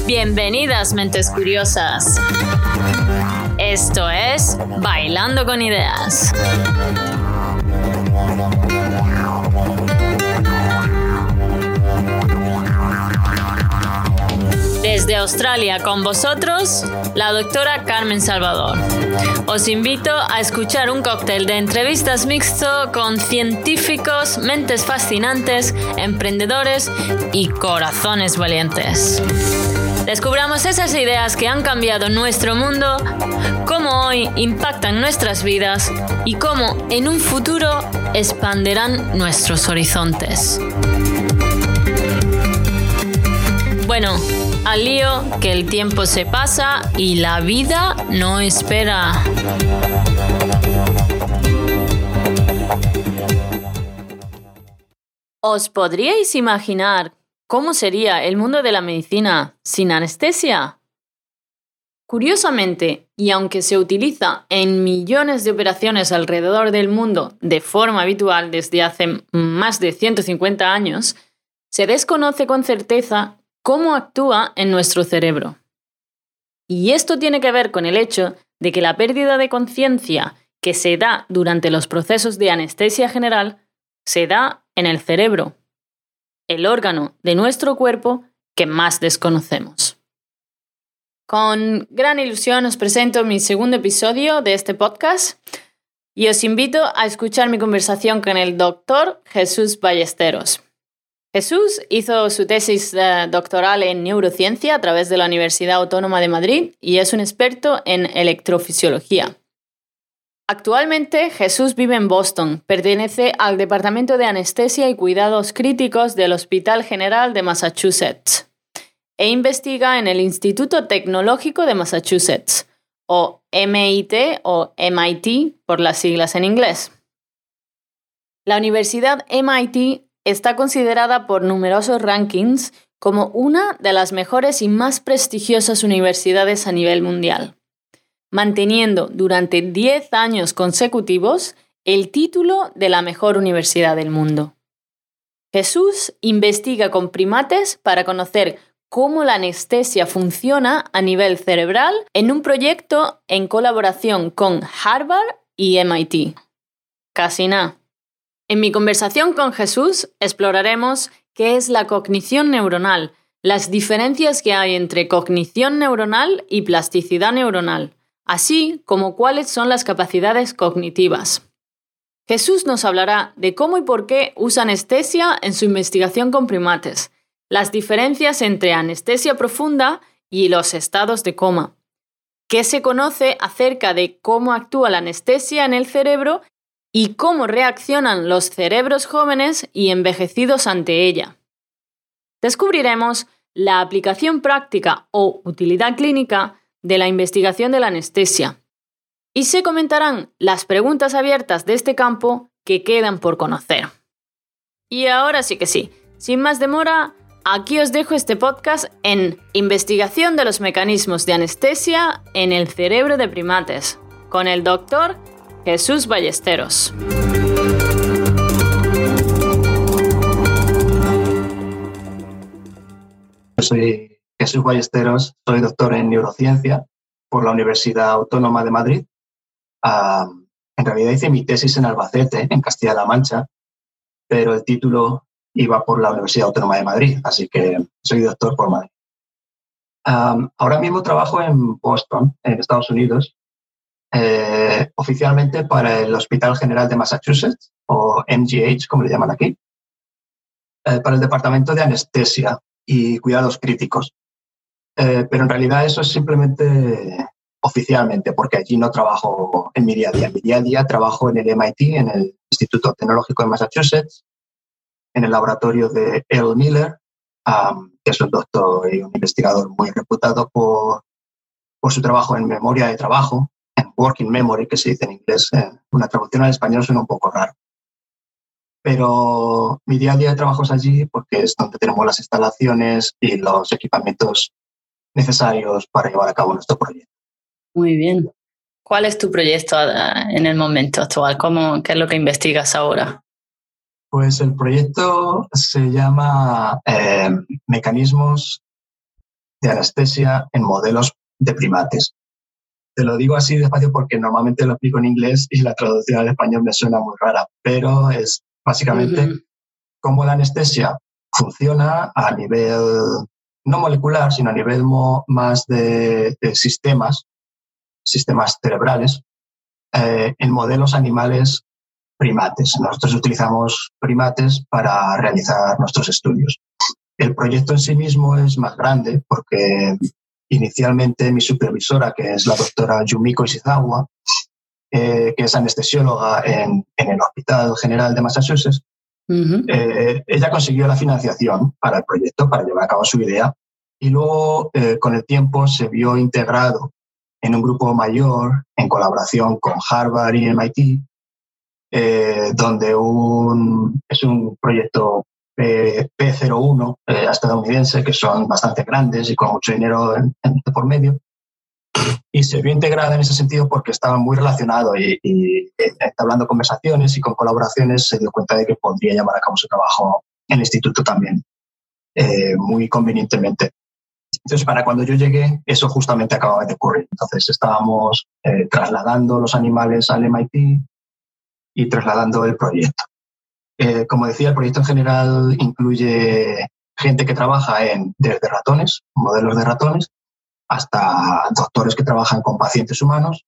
Bienvenidas, mentes curiosas. Esto es Bailando con Ideas. Desde Australia con vosotros, la doctora Carmen Salvador. Os invito a escuchar un cóctel de entrevistas mixto con científicos, mentes fascinantes, emprendedores y corazones valientes. Descubramos esas ideas que han cambiado nuestro mundo, cómo hoy impactan nuestras vidas y cómo en un futuro expandirán nuestros horizontes. Bueno, al lío, que el tiempo se pasa y la vida no espera. ¿Os podríais imaginar cómo sería el mundo de la medicina sin anestesia? Curiosamente, y aunque se utiliza en millones de operaciones alrededor del mundo de forma habitual desde hace más de 150 años, se desconoce con certeza cómo actúa en nuestro cerebro. Y esto tiene que ver con el hecho de que la pérdida de conciencia que se da durante los procesos de anestesia general se da en el cerebro, el órgano de nuestro cuerpo que más desconocemos. Con gran ilusión os presento mi segundo episodio de este podcast y os invito a escuchar mi conversación con el doctor Jesús Ballesteros. Jesús hizo su tesis doctoral en neurociencia a través de la Universidad Autónoma de Madrid y es un experto en electrofisiología. Actualmente Jesús vive en Boston, pertenece al Departamento de Anestesia y Cuidados Críticos del Hospital General de Massachusetts e investiga en el Instituto Tecnológico de Massachusetts, o MIT o MIT por las siglas en inglés. La Universidad MIT está considerada por numerosos rankings como una de las mejores y más prestigiosas universidades a nivel mundial, manteniendo durante 10 años consecutivos el título de la mejor universidad del mundo. Jesús investiga con primates para conocer cómo la anestesia funciona a nivel cerebral en un proyecto en colaboración con Harvard y MIT. Casi nada. En mi conversación con Jesús exploraremos qué es la cognición neuronal, las diferencias que hay entre cognición neuronal y plasticidad neuronal, así como cuáles son las capacidades cognitivas. Jesús nos hablará de cómo y por qué usa anestesia en su investigación con primates, las diferencias entre anestesia profunda y los estados de coma, qué se conoce acerca de cómo actúa la anestesia en el cerebro y cómo reaccionan los cerebros jóvenes y envejecidos ante ella. Descubriremos la aplicación práctica o utilidad clínica de la investigación de la anestesia y se comentarán las preguntas abiertas de este campo que quedan por conocer. Y ahora sí que sí, sin más demora, aquí os dejo este podcast en Investigación de los mecanismos de anestesia en el cerebro de primates, con el doctor Jesús Ballesteros. Yo soy Jesús Ballesteros, soy doctor en neurociencia por la Universidad Autónoma de Madrid. En realidad hice mi tesis en Albacete, en Castilla-La Mancha, pero el título iba por la Universidad Autónoma de Madrid, así que soy doctor por Madrid. Ahora mismo trabajo en Boston, en Estados Unidos, oficialmente para el Hospital General de Massachusetts, o MGH, como le llaman aquí, para el Departamento de Anestesia y Cuidados Críticos. Pero en realidad eso es simplemente oficialmente, porque allí no trabajo en mi día a día. En mi día a día trabajo en el MIT, en el Instituto Tecnológico de Massachusetts, en el laboratorio de L. Miller, que es un doctor y un investigador muy reputado por su trabajo en memoria de trabajo, en working memory, que se dice en inglés. Una traducción al español suena un poco raro. Pero mi día a día de trabajo es allí porque es donde tenemos las instalaciones y los equipamientos necesarios para llevar a cabo nuestro proyecto. Muy bien. ¿Cuál es tu proyecto en el momento actual? ¿Qué es lo que investigas ahora? Pues el proyecto se llama Mecanismos de anestesia en modelos de primates. Te lo digo así despacio porque normalmente lo explico en inglés y la traducción al español me suena muy rara, pero es básicamente cómo la anestesia funciona a nivel no molecular, sino a nivel más de sistemas cerebrales en modelos animales primates. Nosotros utilizamos primates para realizar nuestros estudios. El proyecto en sí mismo es más grande porque inicialmente mi supervisora, que es la doctora Yumiko Ishizawa, que es anestesióloga en el Hospital General de Massachusetts, ella consiguió la financiación para el proyecto, para llevar a cabo su idea, y luego con el tiempo se vio integrado en un grupo mayor en colaboración con Harvard y MIT, donde es un proyecto P01 estadounidense, que son bastante grandes y con mucho dinero por medio, y se vio integrada en ese sentido porque estaba muy relacionado y entablando conversaciones y con colaboraciones se dio cuenta de que podría llevar a cabo su trabajo en el instituto también, muy convenientemente. Entonces, para cuando yo llegué, eso justamente acababa de ocurrir. Entonces, estábamos trasladando los animales al MIT y trasladando el proyecto. Como decía, el proyecto en general incluye gente que trabaja desde ratones, modelos de ratones, hasta doctores que trabajan con pacientes humanos.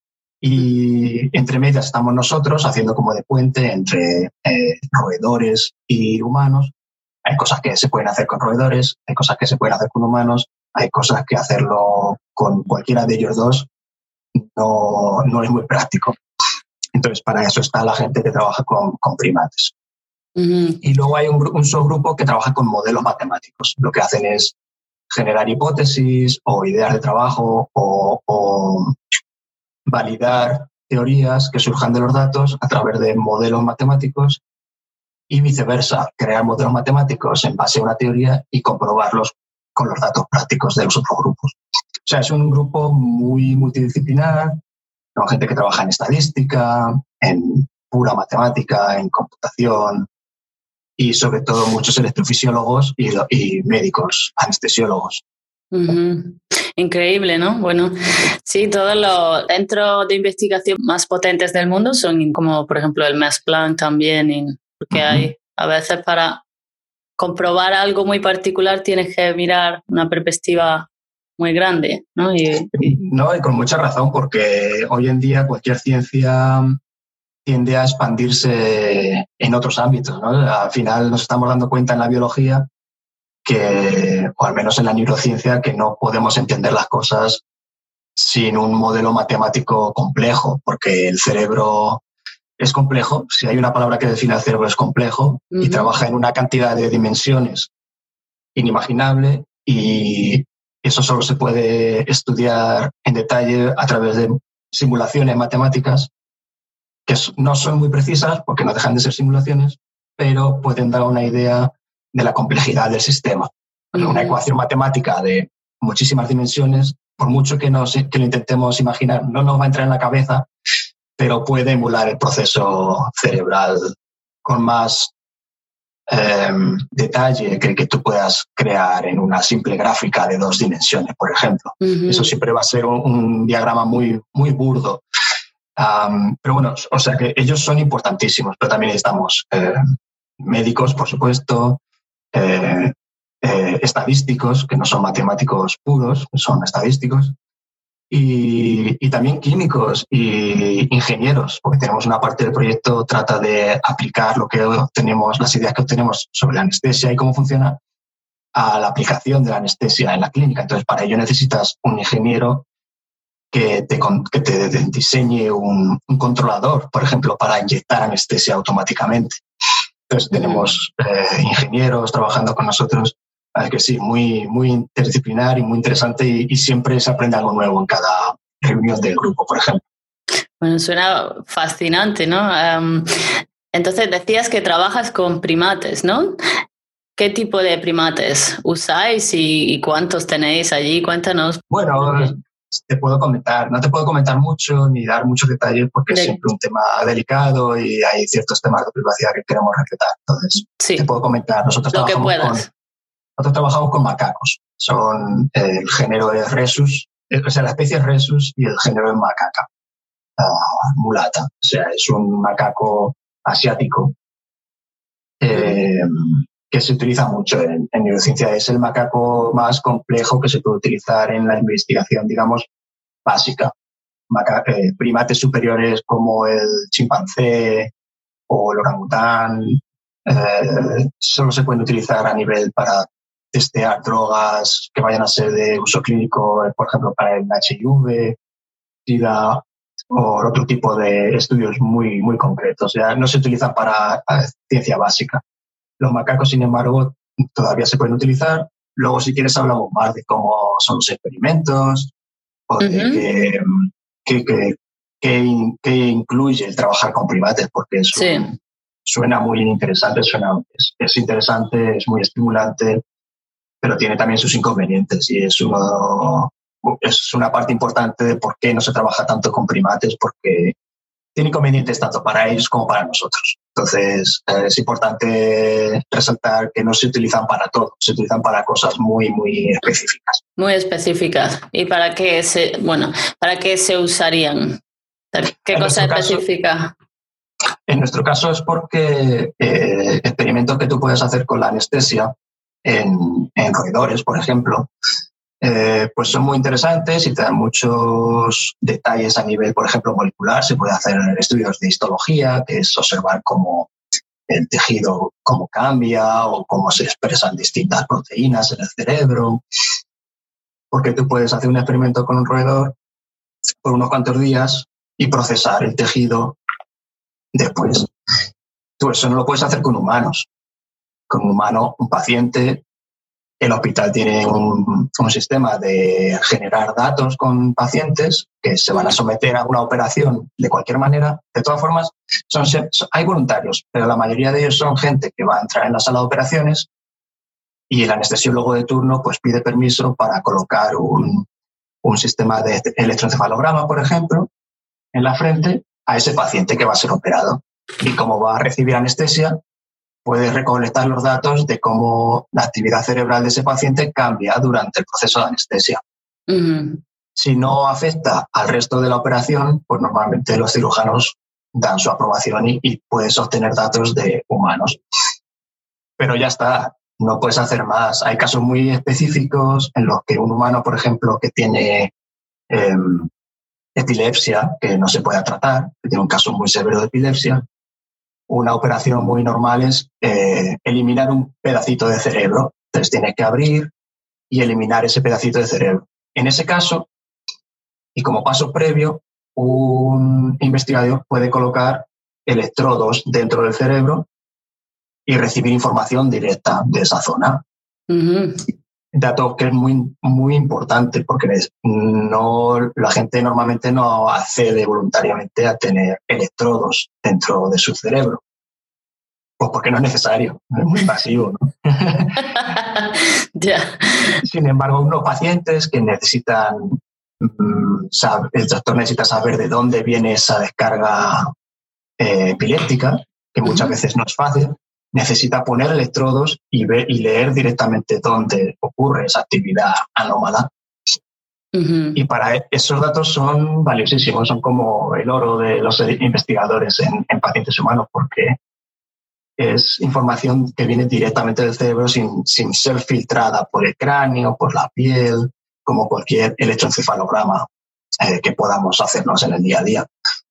Y entre medias estamos nosotros haciendo como de puente entre roedores y humanos. Hay cosas que se pueden hacer con roedores, hay cosas que se pueden hacer con humanos, hay cosas que hacerlo con cualquiera de ellos dos no es muy práctico. Entonces, para eso está la gente que trabaja con primates. Y luego hay un subgrupo que trabaja con modelos matemáticos. Lo que hacen es generar hipótesis o ideas de trabajo o validar teorías que surjan de los datos a través de modelos matemáticos y viceversa, crear modelos matemáticos en base a una teoría y comprobarlos con los datos prácticos de los otros grupos. O sea, es un grupo muy multidisciplinar, con gente que trabaja en estadística, en pura matemática, en computación y sobre todo muchos electrofisiólogos y médicos, anestesiólogos. Increíble, ¿no? Bueno, sí, todos los centros de investigación más potentes del mundo son como, por ejemplo, el Max Planck también, porque hay a veces para comprobar algo muy particular tienes que mirar una perspectiva muy grande, ¿no? Y con mucha razón, porque hoy en día cualquier ciencia tiende a expandirse en otros ámbitos, ¿no? Al final nos estamos dando cuenta en la biología o al menos en la neurociencia, que no podemos entender las cosas sin un modelo matemático complejo, porque el cerebro es complejo. Si hay una palabra que define al cerebro, es complejo, y trabaja en una cantidad de dimensiones inimaginable, y eso solo se puede estudiar en detalle a través de simulaciones matemáticas que no son muy precisas porque no dejan de ser simulaciones, pero pueden dar una idea de la complejidad del sistema. Una ecuación matemática de muchísimas dimensiones, por mucho que lo intentemos imaginar, no nos va a entrar en la cabeza, pero puede emular el proceso cerebral con más detalle que tú puedas crear en una simple gráfica de 2 dimensiones, por ejemplo. Eso siempre va a ser un diagrama muy, muy burdo. Pero bueno, o sea que ellos son importantísimos, pero también necesitamos médicos, por supuesto, estadísticos, que no son matemáticos puros, son estadísticos, y también químicos y ingenieros, porque tenemos una parte del proyecto que trata de aplicar lo que obtenemos, las ideas que obtenemos sobre la anestesia y cómo funciona, a la aplicación de la anestesia en la clínica. Entonces, para ello necesitas un ingeniero que te diseñe un controlador, por ejemplo, para inyectar anestesia automáticamente. Entonces, tenemos ingenieros trabajando con nosotros, que sí, muy, muy interdisciplinar y muy interesante, y siempre se aprende algo nuevo en cada reunión del grupo, por ejemplo. Bueno, suena fascinante, ¿no? Entonces, decías que trabajas con primates, ¿no? ¿Qué tipo de primates usáis y cuántos tenéis allí? Cuéntanos. Bueno, te puedo comentar. No te puedo comentar mucho ni dar muchos detalles porque es siempre un tema delicado y hay ciertos temas de privacidad que queremos respetar. Entonces, te puedo comentar. Nosotros lo que trabajamos puedas. Nosotros trabajamos con macacos. Son el género es Rhesus, o sea, la especie es Rhesus y el género es macaca, mulata. O sea, es un macaco asiático que se utiliza mucho en neurociencia. Es el macaco más complejo que se puede utilizar en la investigación, digamos, básica. Primates superiores como el chimpancé o el orangután solo se pueden utilizar a nivel para testear drogas que vayan a ser de uso clínico, por ejemplo, para el HIV, SIDA o otro tipo de estudios muy, muy concretos. O sea, no se utilizan para ciencia básica. Los macacos, sin embargo, todavía se pueden utilizar. Luego, si quieres, hablamos más de cómo son los experimentos o de qué incluye el trabajar con primates, porque suena muy interesante, es interesante, es muy estimulante, pero tiene también sus inconvenientes y es una parte importante de por qué no se trabaja tanto con primates, porque tiene inconvenientes tanto para ellos como para nosotros. Entonces, es importante resaltar que no se utilizan para todo, se utilizan para cosas muy, muy específicas. Muy específicas. ¿Y para qué se usarían? ¿Qué cosa específica? En nuestro caso es porque experimentos que tú puedes hacer con la anestesia en roedores, por ejemplo, pues son muy interesantes y te dan muchos detalles a nivel, por ejemplo, molecular. Se puede hacer estudios de histología, que es observar cómo el tejido cómo cambia o cómo se expresan distintas proteínas en el cerebro. Porque tú puedes hacer un experimento con un roedor por unos cuantos días y procesar el tejido después. Tú eso no lo puedes hacer con humanos. Con un humano, un paciente, el hospital tiene un sistema de generar datos con pacientes que se van a someter a una operación de cualquier manera. De todas formas, hay voluntarios, pero la mayoría de ellos son gente que va a entrar en la sala de operaciones y el anestesiólogo de turno pues pide permiso para colocar un sistema de electroencefalograma, por ejemplo, en la frente a ese paciente que va a ser operado. Y como va a recibir anestesia, puede recolectar los datos de cómo la actividad cerebral de ese paciente cambia durante el proceso de anestesia. Uh-huh. Si no afecta al resto de la operación, pues normalmente los cirujanos dan su aprobación y puedes obtener datos de humanos. Pero ya está, no puedes hacer más. Hay casos muy específicos en los que un humano, por ejemplo, que tiene epilepsia, que no se puede tratar, que tiene un caso muy severo de epilepsia, una operación muy normal es eliminar un pedacito de cerebro. Entonces tienes que abrir y eliminar ese pedacito de cerebro. En ese caso, y como paso previo, un investigador puede colocar electrodos dentro del cerebro y recibir información directa de esa zona. Uh-huh. Dato que es muy, muy importante porque la gente normalmente no accede voluntariamente a tener electrodos dentro de su cerebro. Pues porque no es necesario, es muy invasivo, ¿no? Yeah. Sin embargo, unos pacientes que necesitan, el doctor necesita saber de dónde viene esa descarga epiléptica, que muchas veces no es fácil, necesita poner electrodos y leer directamente dónde ocurre esa actividad anómala. Uh-huh. Y para esos datos son valiosísimos, son como el oro de los investigadores en pacientes humanos, porque es información que viene directamente del cerebro sin ser filtrada por el cráneo, por la piel, como cualquier electroencefalograma que podamos hacernos en el día a día.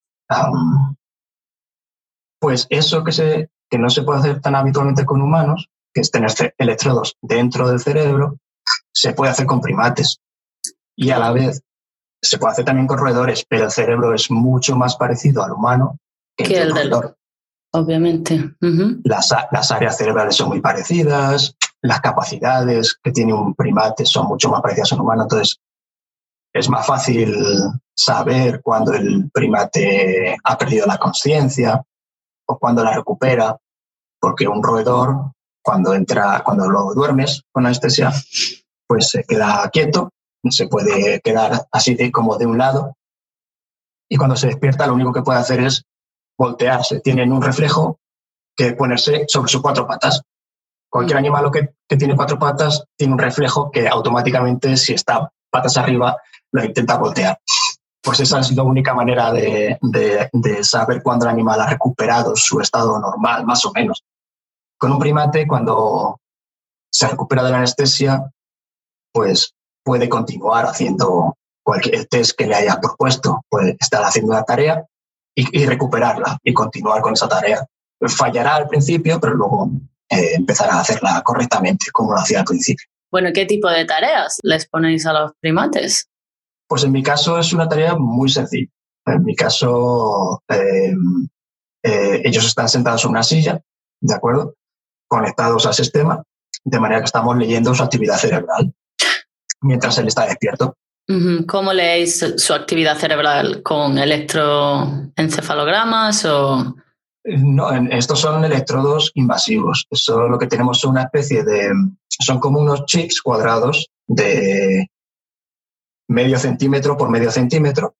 Pues eso que no se puede hacer tan habitualmente con humanos, que es tener electrodos dentro del cerebro, se puede hacer con primates. Y a la vez se puede hacer también con roedores, pero el cerebro es mucho más parecido al humano que el roedor. Obviamente. Uh-huh. Las áreas cerebrales son muy parecidas, las capacidades que tiene un primate son mucho más parecidas a un humano, entonces es más fácil saber cuando el primate ha perdido la conciencia o cuando la recupera, porque un roedor, cuando lo duermes con anestesia, pues se queda quieto, se puede quedar así como de un lado, y cuando se despierta lo único que puede hacer es voltearse. Tienen un reflejo que es ponerse sobre sus 4 patas. Cualquier animal que tiene 4 patas tiene un reflejo que automáticamente, si está patas arriba, lo intenta voltear. Pues esa es la única manera de saber cuándo el animal ha recuperado su estado normal, más o menos. Con un primate, cuando se recupera de la anestesia, pues puede continuar haciendo cualquier test que le hayas propuesto. Puede estar haciendo una tarea y recuperarla y continuar con esa tarea. Fallará al principio, pero luego empezará a hacerla correctamente, como lo hacía al principio. Bueno, ¿qué tipo de tareas les ponéis a los primates? Pues en mi caso es una tarea muy sencilla. En mi caso, ellos están sentados en una silla, ¿de acuerdo? Conectados al sistema, de manera que estamos leyendo su actividad cerebral mientras él está despierto. ¿Cómo leéis su actividad cerebral? ¿Con electroencefalogramas o...? No, estos son electrodos invasivos. Eso lo que tenemos son una especie de... Son como unos chips cuadrados de medio centímetro por medio centímetro,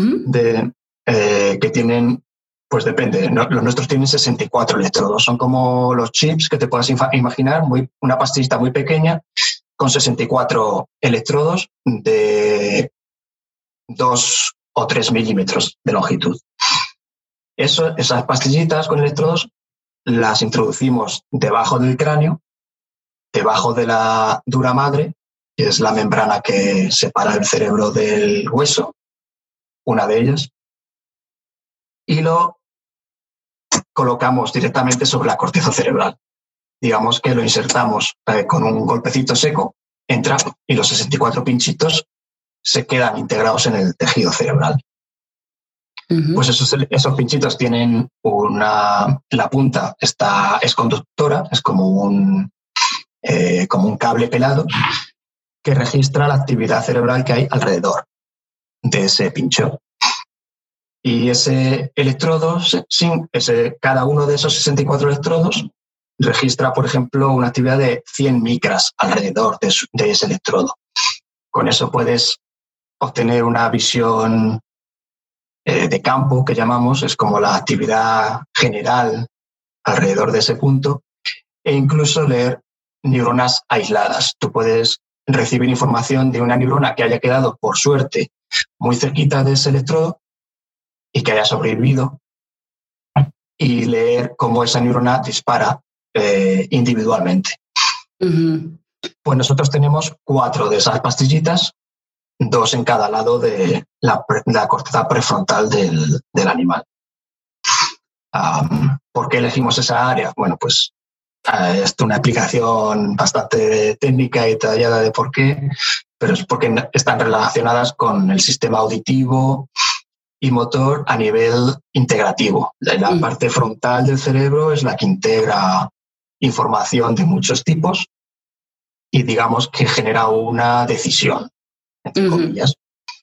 que tienen, pues depende, los nuestros tienen 64 electrodos. Son como los chips que te puedas imaginar, una pastillita muy pequeña con 64 electrodos de 2 o 3 milímetros de longitud. Esas pastillitas con electrodos las introducimos debajo del cráneo, debajo de la dura madre, que es la membrana que separa el cerebro del hueso, una de ellas, y lo colocamos directamente sobre la corteza cerebral. Digamos que lo insertamos con un golpecito seco, entra y los 64 pinchitos se quedan integrados en el tejido cerebral. Pues esos pinchitos tienen la punta es conductora, es como un cable pelado que registra la actividad cerebral que hay alrededor de ese pincho. Y ese electrodo, cada uno de esos 64 electrodos registra, por ejemplo, una actividad de 100 micras alrededor de ese electrodo. Con eso puedes obtener una visión de campo, que llamamos, es como la actividad general alrededor de ese punto, e incluso leer neuronas aisladas. Tú puedes recibir información de una neurona que haya quedado, por suerte, muy cerquita de ese electrodo y que haya sobrevivido, y leer cómo esa neurona dispara individualmente. Pues nosotros tenemos 4 de esas pastillitas, 2 en cada lado de la corteza prefrontal del animal. ¿Por qué elegimos esa área? Bueno, pues es una explicación bastante técnica y detallada de por qué, pero es porque están relacionadas con el sistema auditivo y motor a nivel integrativo. La parte frontal del cerebro es la que integra información de muchos tipos y digamos que genera una decisión, entre comillas.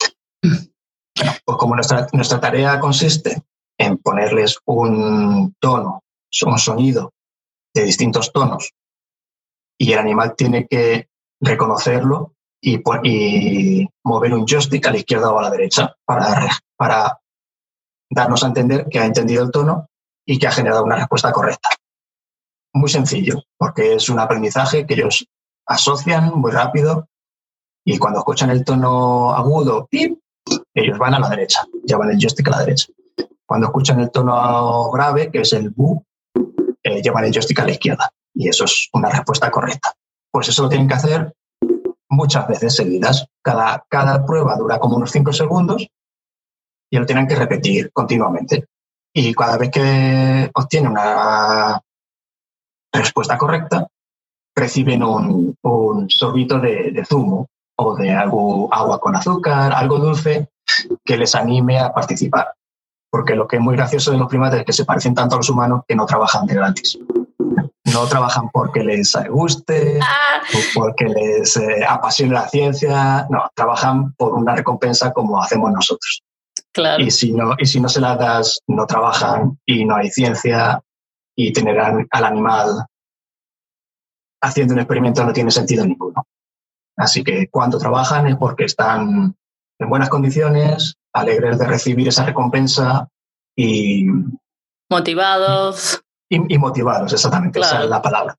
Bueno, pues como nuestra tarea consiste en ponerles un tono, un sonido de distintos tonos, y el animal tiene que reconocerlo y mover un joystick a la izquierda o a la derecha para darnos a entender que ha entendido el tono y que ha generado una respuesta correcta. Muy sencillo, porque es un aprendizaje que ellos asocian muy rápido y cuando escuchan el tono agudo, ¡pip!, ellos van a la derecha, llevan el joystick a la derecha. Cuando escuchan el tono grave, que es el bu, llevan el joystick a la izquierda y eso es una respuesta correcta. Pues eso lo tienen que hacer muchas veces seguidas. Cada prueba dura como unos 5 segundos y lo tienen que repetir continuamente. Y cada vez que obtienen una respuesta correcta, reciben un sorbito de zumo o de agua con azúcar, algo dulce que les anime a participar. Porque lo que es muy gracioso de los primates es que se parecen tanto a los humanos que no trabajan de gratis. No trabajan porque les guste o porque les apasione la ciencia. No, trabajan por una recompensa como hacemos nosotros. Claro. Y si no se las das, no trabajan y no hay ciencia y tener al animal haciendo un experimento no tiene sentido ninguno. Así que cuando trabajan es porque están en buenas condiciones, alegres de recibir esa recompensa y... Motivados. Y motivados, exactamente, claro. Esa es la palabra.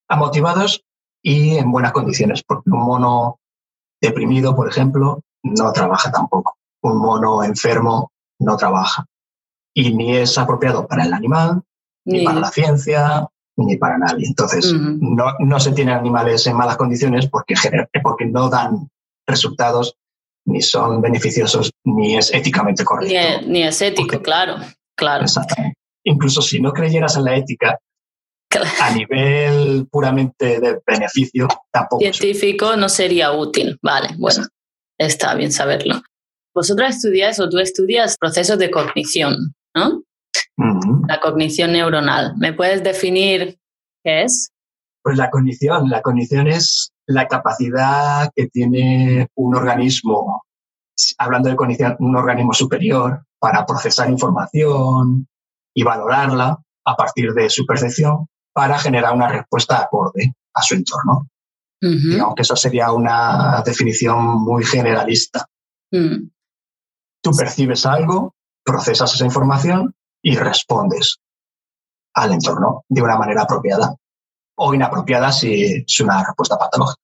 motivados y en buenas condiciones, porque un mono deprimido, por ejemplo, no trabaja tampoco. Un mono enfermo no trabaja. Y ni es apropiado para el animal, ni para la ciencia, ni para nadie. Entonces, no se tienen animales en malas condiciones porque no dan resultados, ni son beneficiosos, ni es éticamente correcto. Ni es ético, porque, claro. Exactamente. Incluso si no creyeras en la ética, a nivel puramente de beneficio, tampoco. Científico no sería útil. Vale, bueno, está bien saberlo. Vosotras estudiáis o tú estudias procesos de cognición, ¿no? Uh-huh. La cognición neuronal. ¿Me puedes definir qué es? Pues la cognición es la capacidad que tiene un organismo, hablando de cognición, un organismo superior para procesar información y valorarla a partir de su percepción para generar una respuesta acorde a su entorno. Uh-huh. Digamos que esa sería una definición muy generalista. Tú percibes algo, procesas esa información y respondes al entorno de una manera apropiada o inapropiada si es una respuesta patológica.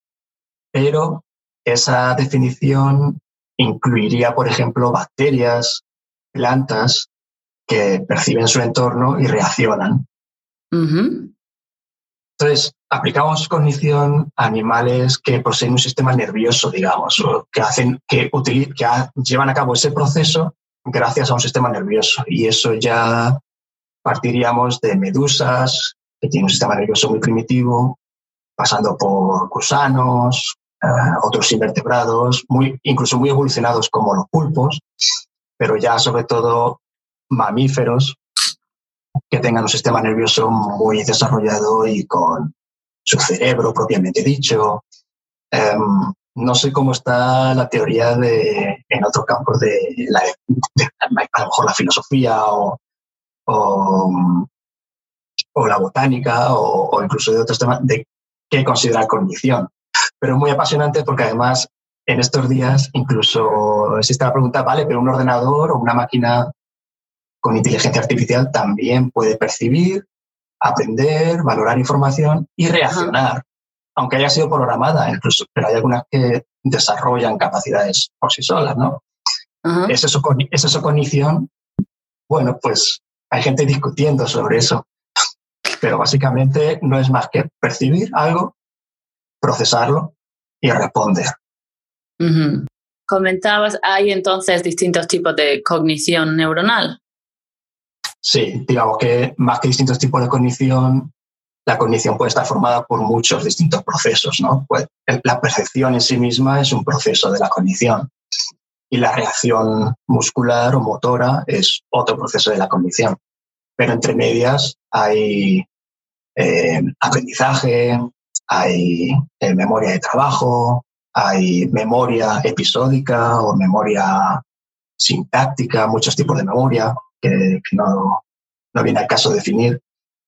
Pero esa definición incluiría, por ejemplo, bacterias, plantas que perciben su entorno y reaccionan. Uh-huh. Entonces, aplicamos cognición a animales que poseen un sistema nervioso, digamos, o que llevan a cabo ese proceso gracias a un sistema nervioso. Y eso ya partiríamos de medusas, que tienen un sistema nervioso muy primitivo, pasando por gusanos, otros invertebrados, incluso muy evolucionados como los pulpos, pero ya sobre todo mamíferos que tengan un sistema nervioso muy desarrollado y con su cerebro propiamente dicho. No sé cómo está la teoría en otros campos de a lo mejor la filosofía o la botánica o incluso de otros temas de qué considerar cognición. Pero es muy apasionante porque además en estos días incluso existe la pregunta, vale, pero un ordenador o una máquina con inteligencia artificial también puede percibir, aprender, valorar información y reaccionar, aunque haya sido programada incluso, pero hay algunas que desarrollan capacidades por sí solas, ¿no? ¿Es eso cognición? Bueno, pues hay gente discutiendo sobre eso, pero básicamente no es más que percibir algo, procesarlo y responder. Uh-huh. Comentabas, hay entonces distintos tipos de cognición neuronal. Sí, digamos que más que distintos tipos de cognición, la cognición puede estar formada por muchos distintos procesos, ¿no? Pues la percepción en sí misma es un proceso de la cognición y la reacción muscular o motora es otro proceso de la cognición. Pero entre medias hay aprendizaje, hay memoria de trabajo, hay memoria episódica o memoria sintáctica, muchos tipos de memoria que no viene al caso definir.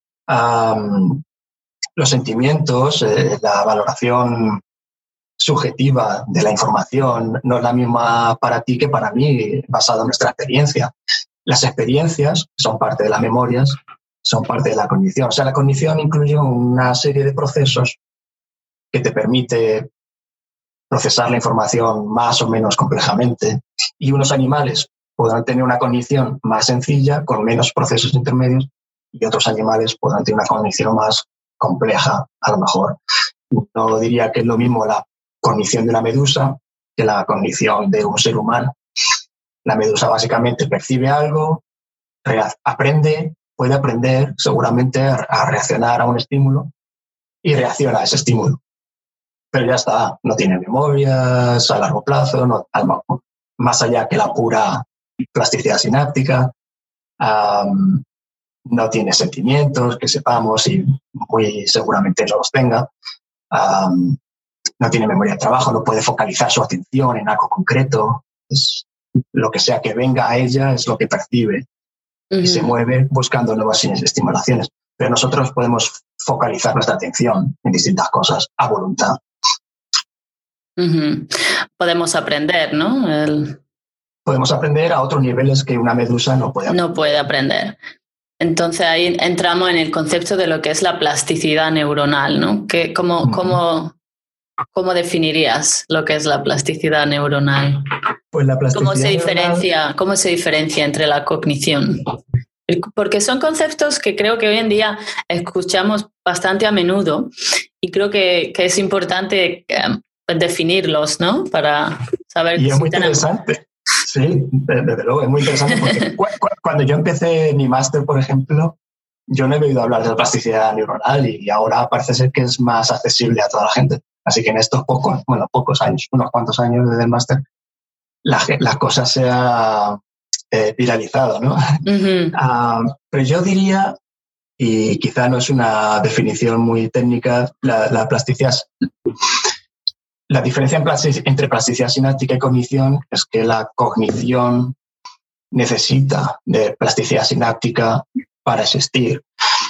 Los sentimientos, la valoración subjetiva de la información no es la misma para ti que para mí, basada en nuestra experiencia. Las experiencias, que son parte de las memorias, son parte de la cognición. O sea, la cognición incluye una serie de procesos que te permite procesar la información más o menos complejamente, y unos animales podrán tener una cognición más sencilla, con menos procesos intermedios, y otros animales podrán tener una cognición más compleja, a lo mejor. No diría que es lo mismo la cognición de una medusa que la cognición de un ser humano. La medusa básicamente percibe algo, puede aprender seguramente a reaccionar a un estímulo y reacciona a ese estímulo. Pero ya está, no tiene memorias a largo plazo, más allá que la pura plasticidad sináptica, no tiene sentimientos que sepamos y muy seguramente no los tenga, no tiene memoria de trabajo, no puede focalizar su atención en algo concreto, lo que sea que venga a ella es lo que percibe y se mueve buscando nuevas estimulaciones. Pero nosotros podemos focalizar nuestra atención en distintas cosas a voluntad. Podemos aprender, ¿no? Podemos aprender a otros niveles que una medusa no puede aprender. No puede aprender. Entonces ahí entramos en el concepto de lo que es la plasticidad neuronal, ¿no? ¿Cómo definirías lo que es la plasticidad neuronal? Pues la plasticidad ¿Cómo se diferencia entre la cognición? Porque son conceptos que creo que hoy en día escuchamos bastante a menudo y creo que es importante definirlos, ¿no? Para saber. Y es muy interesante. Sí, desde luego, es muy interesante porque cuando yo empecé mi máster, por ejemplo, yo no he oído hablar de la plasticidad neuronal y ahora parece ser que es más accesible a toda la gente. Así que en estos pocos años, unos cuantos años desde el máster, la cosa se ha viralizado, ¿no? Uh-huh. Pero yo diría, y quizá no es una definición muy técnica, la plasticidad. La diferencia entre plasticidad sináptica y cognición es que la cognición necesita de plasticidad sináptica para existir.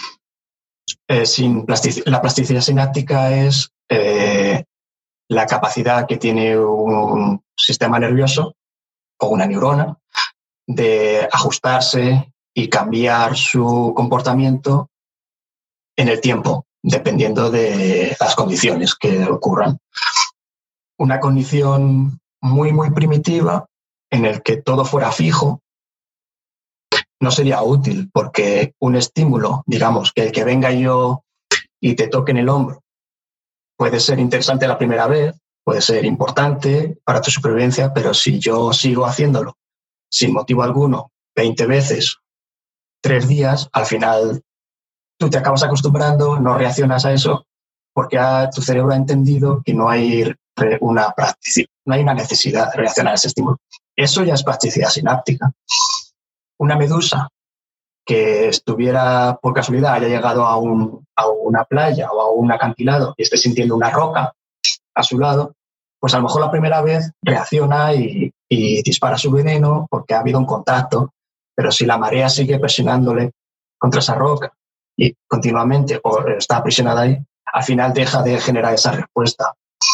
La plasticidad sináptica es la capacidad que tiene un sistema nervioso o una neurona de ajustarse y cambiar su comportamiento en el tiempo, dependiendo de las condiciones que ocurran. Una condición muy, muy primitiva en el que todo fuera fijo no sería útil, porque un estímulo, digamos, que el que venga yo y te toque en el hombro, puede ser interesante la primera vez, puede ser importante para tu supervivencia, pero si yo sigo haciéndolo sin motivo alguno 20 veces, 3 días, al final tú te acabas acostumbrando, no reaccionas a eso, porque tu cerebro ha entendido que no hay una necesidad de reaccionar a ese estímulo. Eso ya es plasticidad sináptica. Una medusa que estuviera por casualidad, haya llegado a una playa o a un acantilado y esté sintiendo una roca a su lado, pues a lo mejor la primera vez reacciona y dispara su veneno porque ha habido un contacto, pero si la marea sigue presionándole contra esa roca y continuamente o está aprisionada ahí, al final deja de generar esa respuesta.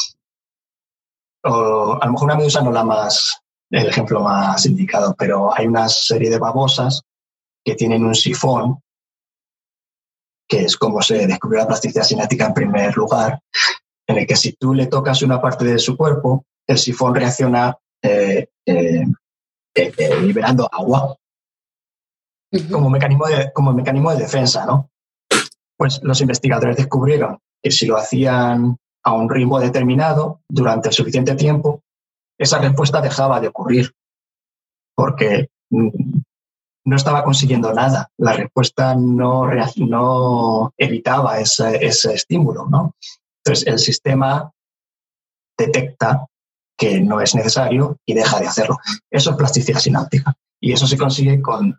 O a lo mejor una medusa no el ejemplo más indicado, pero hay una serie de babosas que tienen un sifón, que es como se descubrió la plasticidad sináptica en primer lugar, en el que si tú le tocas una parte de su cuerpo, el sifón reacciona liberando agua como mecanismo de defensa, ¿no? Pues los investigadores descubrieron que si lo hacían a un ritmo determinado durante el suficiente tiempo, esa respuesta dejaba de ocurrir porque no estaba consiguiendo nada. La respuesta no evitaba ese estímulo, ¿no? Entonces el sistema detecta que no es necesario y deja de hacerlo. Eso es plasticidad sináptica. Y eso se consigue con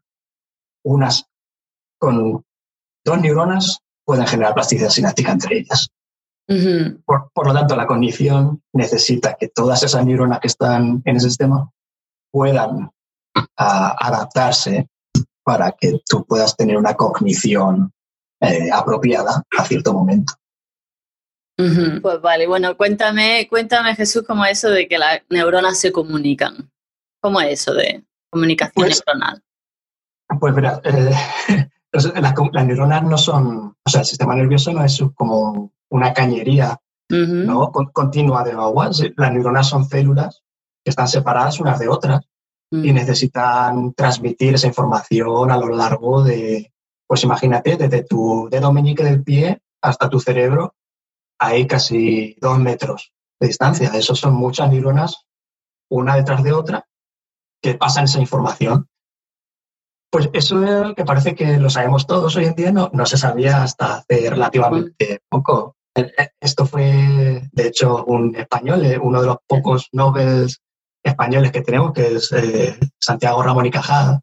2 neuronas pueden generar plasticidad sináptica entre ellas. Uh-huh. Por lo tanto, la cognición necesita que todas esas neuronas que están en ese sistema puedan adaptarse para que tú puedas tener una cognición apropiada a cierto momento. Uh-huh. Pues vale, bueno, cuéntame, Jesús, cómo es eso de que las neuronas se comunican. ¿Cómo es eso de comunicación neuronal? Pues verás, las neuronas no son, o sea, el sistema nervioso no es como una cañería, uh-huh, ¿no? Continua de agua. Las neuronas son células que están separadas unas de otras, uh-huh, y necesitan transmitir esa información a lo largo de, pues imagínate, desde tu dedo meñique del pie hasta tu cerebro, hay casi 2 metros de distancia. Eso son muchas neuronas, una detrás de otra, que pasan esa información. Pues eso es que parece que lo sabemos todos hoy en día, no se sabía hasta hace relativamente poco. Esto fue, de hecho, un español, uno de los pocos Nobel españoles que tenemos, que es Santiago Ramón y Cajal,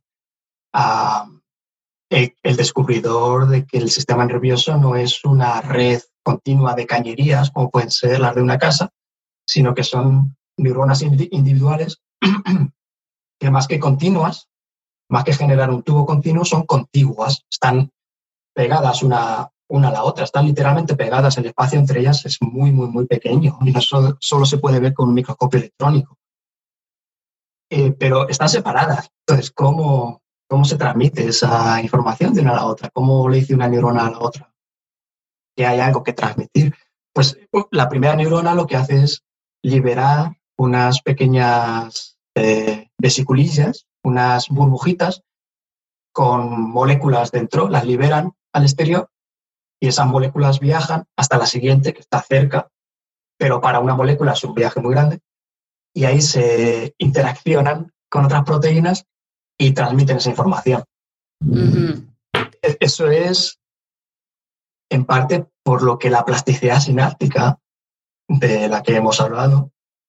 el descubridor de que el sistema nervioso no es una red continua de cañerías, como pueden ser las de una casa, sino que son neuronas individuales que más que continuas, más que generar un tubo continuo, son contiguas, están pegadas una a la otra, están literalmente pegadas, el espacio entre ellas es muy, muy, muy pequeño y no solo se puede ver con un microscopio electrónico. Pero están separadas. Entonces, ¿cómo cómo se transmite esa información de una a la otra, cómo le dice una neurona a la otra que hay algo que transmitir. Pues la primera neurona lo que hace es liberar unas pequeñas vesiculillas, unas burbujitas con moléculas dentro, las liberan al exterior y esas moléculas viajan hasta la siguiente que está cerca, pero para una molécula es un viaje muy grande, y ahí se interaccionan con otras proteínas y transmiten esa información. Uh-huh. Eso es, en parte, por lo que la plasticidad sináptica de la que hemos hablado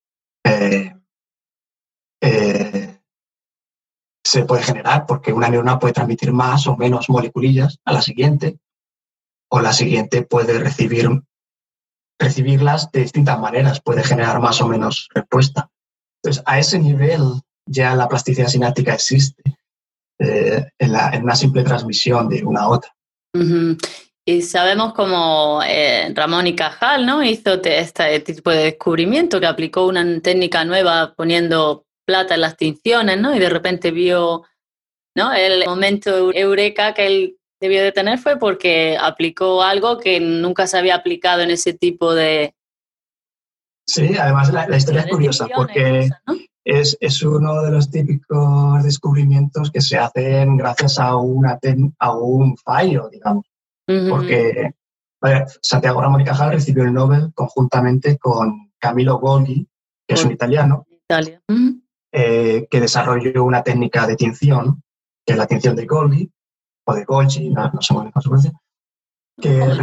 se puede generar, porque una neurona puede transmitir más o menos moleculillas a la siguiente, o la siguiente puede recibirlas de distintas maneras, puede generar más o menos respuesta. Entonces, a ese nivel ya la plasticidad sináptica existe en una simple transmisión de una a otra. Uh-huh. Y sabemos cómo Ramón y Cajal, ¿no?, hizo este tipo de descubrimiento, que aplicó una técnica nueva poniendo plata en las tinciones, ¿no? Y de repente vio, ¿no?, el momento eureka que él debió de tener fue porque aplicó algo que nunca se había aplicado en ese tipo de... Sí, además la historia es curiosa porque cosas, ¿no? es uno de los típicos descubrimientos que se hacen gracias a un fallo, digamos. Uh-huh. Porque Santiago Ramón y Cajal recibió el Nobel conjuntamente con Camillo Golgi, que es un italiano, uh-huh, que desarrolló una técnica de tinción, que es la tinción de Golgi, o de Golgi, no sé muy bien cómo se pronuncia, que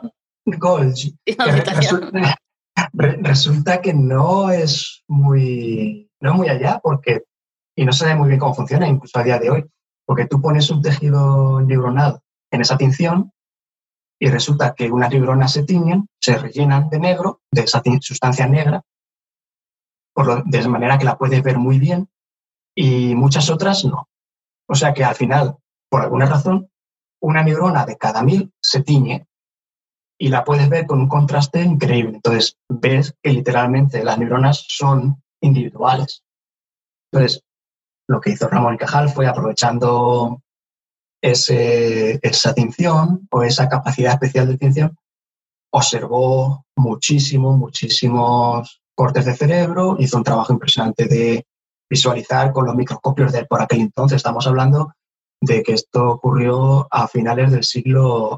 resulta que no es muy allá, porque, y no se sabe muy bien cómo funciona, incluso a día de hoy, porque tú pones un tejido neuronal en esa tinción y resulta que unas neuronas se tiñen, se rellenan de negro, de esa sustancia negra, de manera que la puedes ver muy bien, y muchas otras no. O sea que al final, por alguna razón, una neurona de cada 1000 se tiñe y la puedes ver con un contraste increíble. Entonces, ves que literalmente las neuronas son individuales. Entonces, lo que hizo Ramón y Cajal fue, aprovechando esa tinción o esa capacidad especial de tinción, observó muchísimos cortes de cerebro, hizo un trabajo impresionante de visualizar con los microscopios de por aquel entonces. Estamos hablando de que esto ocurrió a finales del siglo...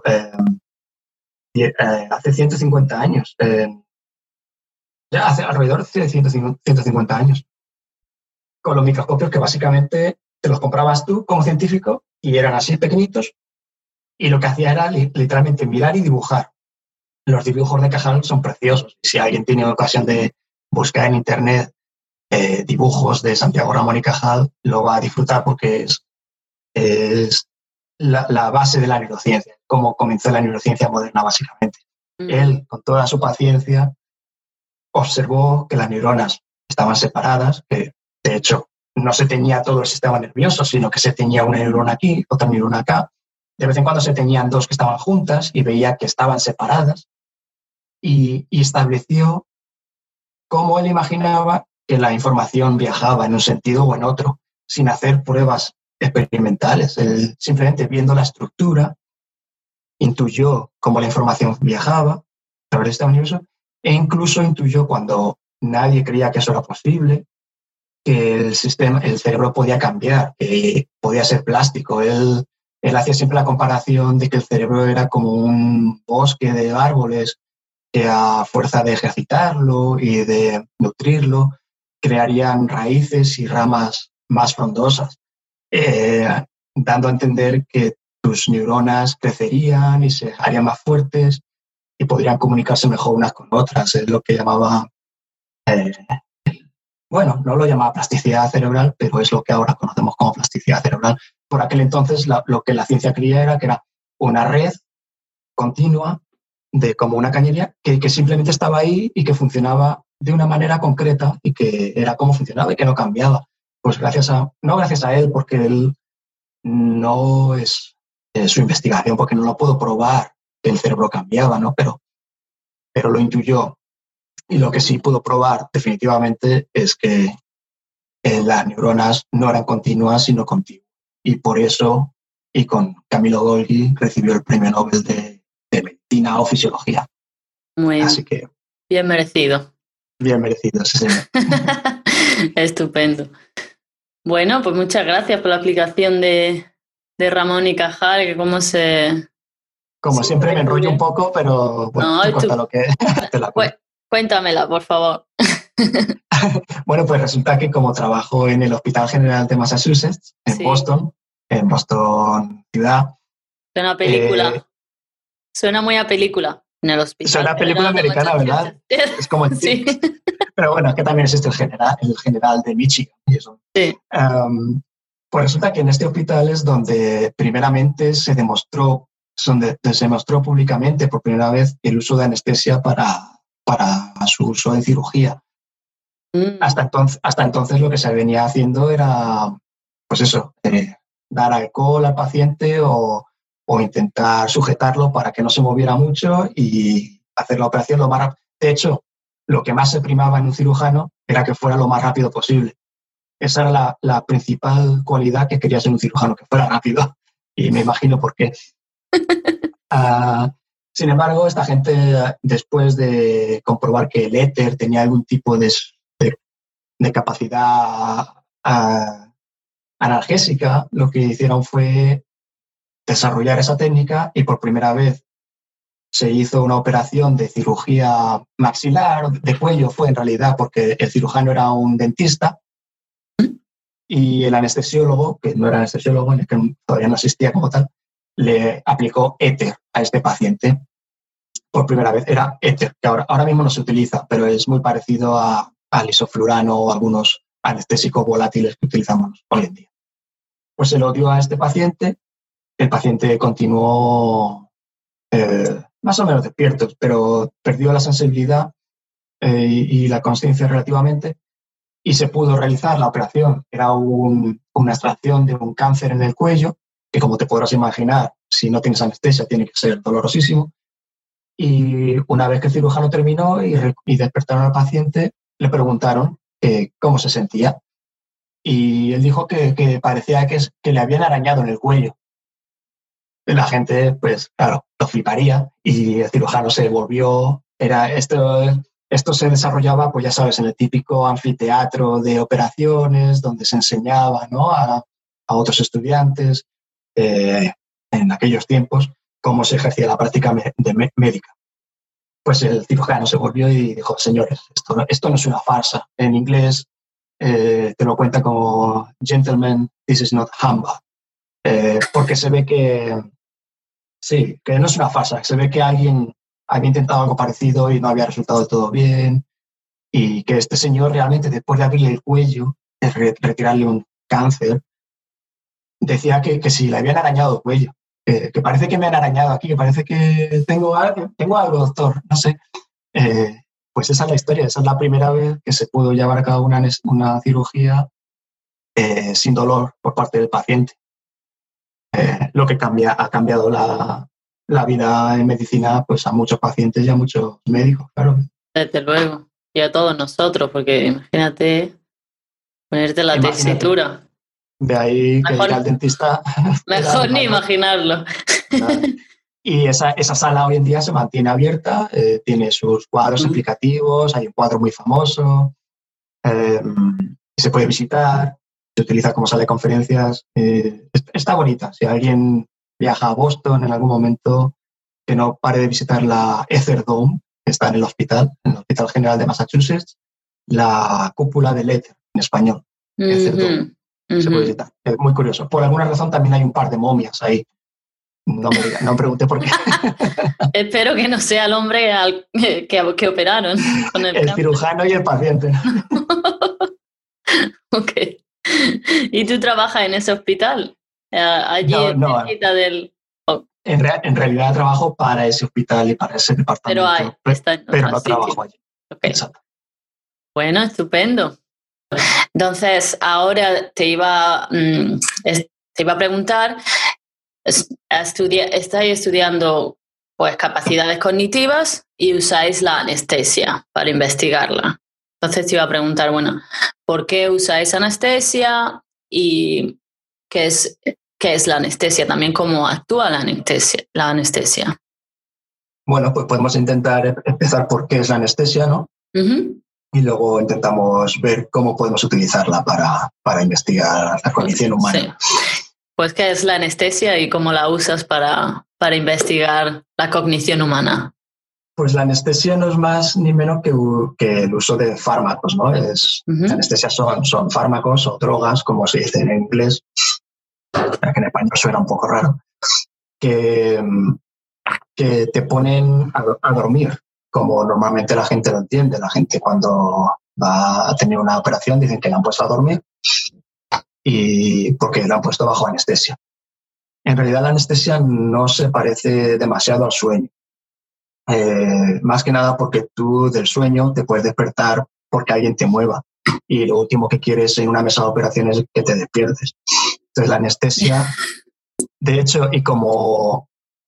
hace 150 años, ya hace alrededor de 150 años, con los microscopios que básicamente te los comprabas tú como científico y eran así pequeñitos, y lo que hacía era literalmente mirar y dibujar. Los dibujos de Cajal son preciosos, y si alguien tiene ocasión de buscar en internet dibujos de Santiago Ramón y Cajal, lo va a disfrutar, porque es la base de la neurociencia, cómo comenzó la neurociencia moderna básicamente. Él, con toda su paciencia, observó que las neuronas estaban separadas, que de hecho no se teñía todo el sistema nervioso, sino que se teñía una neurona aquí, otra neurona acá. De vez en cuando se teñían dos que estaban juntas y veía que estaban separadas, y estableció cómo él imaginaba que la información viajaba en un sentido o en otro, sin hacer pruebas experimentales. Él, simplemente viendo la estructura, intuyó cómo la información viajaba a través de este universo, e incluso intuyó, cuando nadie creía que eso era posible, que el cerebro podía cambiar, que podía ser plástico. Él hacía siempre la comparación de que el cerebro era como un bosque de árboles que, a fuerza de ejercitarlo y de nutrirlo, crearían raíces y ramas más frondosas, dando a entender que tus neuronas crecerían y se harían más fuertes y podrían comunicarse mejor unas con otras. Es lo que llamaba, no lo llamaba plasticidad cerebral, pero es lo que ahora conocemos como plasticidad cerebral. Por aquel entonces lo que la ciencia creía era que era una red continua, como una cañería, que simplemente estaba ahí y que funcionaba de una manera concreta, y que era como funcionaba y que no cambiaba. Pues no gracias a él, porque él no es su investigación, porque no lo puedo probar que el cerebro cambiaba, ¿no? Pero lo intuyó. Y lo que sí pudo probar definitivamente es que las neuronas no eran continuas, sino contiguas. y por eso, y con Camillo Golgi, recibió el premio Nobel de Medicina o Fisiología. Muy Así que bien merecido. Bien merecido, sí, señor. Estupendo. Bueno, pues muchas gracias por la explicación de Ramón y Cajal, que cómo se... Como sí, siempre me enrollo bien. un poco, pero bueno, No, tú cuenta lo que te la cuento. Cuéntamela, por favor. Bueno, pues resulta que como trabajo en el Hospital General de Massachusetts, en Boston ciudad. Suena a película. Suena muy a película. En el Hospital Suena a película americana, ¿verdad? Es como el sí. Pero bueno, es que también existe el general de Michigan y eso. Sí. Pues resulta que en este hospital es donde primeramente se demostró públicamente por primera vez el uso de anestesia para su uso en cirugía. Hasta entonces lo que se venía haciendo era, pues eso, dar alcohol al paciente o intentar sujetarlo para que no se moviera mucho y hacer la operación lo más rápido. De hecho, lo que más se primaba en un cirujano era que fuera lo más rápido posible. Esa era la principal cualidad que quería ser un cirujano, que fuera rápido. Y me imagino por qué. Sin embargo, esta gente, después de comprobar que el éter tenía algún tipo de capacidad analgésica, lo que hicieron fue desarrollar esa técnica y por primera vez se hizo una operación de cirugía maxilar, de cuello fue en realidad, porque el cirujano era un dentista y el anestesiólogo, que no era anestesiólogo, que todavía no existía como tal, le aplicó éter a este paciente. Por primera vez era éter, que ahora mismo no se utiliza, pero es muy parecido al isoflurano o algunos anestésicos volátiles que utilizamos hoy en día. Pues se lo dio a este paciente, el paciente continuó más o menos despierto, pero perdió la sensibilidad y la consciencia relativamente y se pudo realizar la operación. Era una extracción de un cáncer en el cuello, que como te podrás imaginar, si no tienes anestesia tiene que ser dolorosísimo. Y una vez que el cirujano terminó y despertaron al paciente, le preguntaron cómo se sentía. Y él dijo que parecía que le habían arañado en el cuello. La gente, pues claro, lo fliparía y el cirujano se volvió. Esto se desarrollaba, pues ya sabes, en el típico anfiteatro de operaciones donde se enseñaba, ¿no?, a otros estudiantes en aquellos tiempos cómo se ejercía la práctica médica. Pues el cirujano se volvió y dijo: señores, esto no es una farsa. En inglés te lo cuenta como gentlemen, this is not humbug. Porque se ve que no es una farsa. Se ve que alguien había intentado algo parecido y no había resultado del todo bien, y que este señor realmente, después de abrirle el cuello, de retirarle un cáncer, decía que si le habían arañado el cuello, que parece que me han arañado aquí, que parece que tengo algo, doctor, no sé. Pues esa es la historia, esa es la primera vez que se pudo llevar a cabo una cirugía sin dolor por parte del paciente. Lo que ha cambiado la vida en medicina, pues a muchos pacientes y a muchos médicos, claro. Desde luego. Y a todos nosotros, porque imagínate ponerte la tesitura. De ahí que ir al dentista. Mejor ni imaginarlo. Y esa sala hoy en día se mantiene abierta, tiene sus cuadros explicativos, hay un cuadro muy famoso, se puede visitar, se utiliza como sala de conferencias. Está bonita. Si alguien viaja a Boston en algún momento, que no pare de visitar la Ether Dome, que está en el Hospital General de Massachusetts, la cúpula del éter en español. Ether Dome. Se puede visitar. Es muy curioso. Por alguna razón también hay un par de momias ahí. No me pregunté por qué. Espero que no sea el hombre que operaron con el cirujano y el paciente. Ok. ¿Y tú trabajas en ese hospital? Allí cerquita del... Oh. En realidad trabajo para ese hospital y para ese departamento. Pero no trabajo allí. Okay. Exacto. Bueno, estupendo. Entonces, ahora te iba a preguntar, estáis estudiando pues capacidades cognitivas y usáis la anestesia para investigarla. Entonces te iba a preguntar, bueno, ¿por qué usáis anestesia y qué es la anestesia, también cómo actúa la anestesia. Bueno, pues podemos intentar empezar por qué es la anestesia, ¿no? Uh-huh. Y luego intentamos ver cómo podemos utilizarla para investigar la cognición humana. Sí. Pues, ¿qué es la anestesia y cómo la usas para investigar la cognición humana? Pues la anestesia no es más ni menos que el uso de fármacos, ¿no? La anestesia son fármacos o drogas, como se dice en inglés, que en español suena un poco raro, que te ponen a dormir, como normalmente la gente lo entiende. La gente cuando va a tener una operación dicen que la han puesto a dormir y porque la han puesto bajo anestesia. En realidad la anestesia no se parece demasiado al sueño. Más que nada porque tú del sueño te puedes despertar porque alguien te mueva y lo último que quieres en una mesa de operaciones es que te despiertes. Entonces la anestesia, de hecho, y como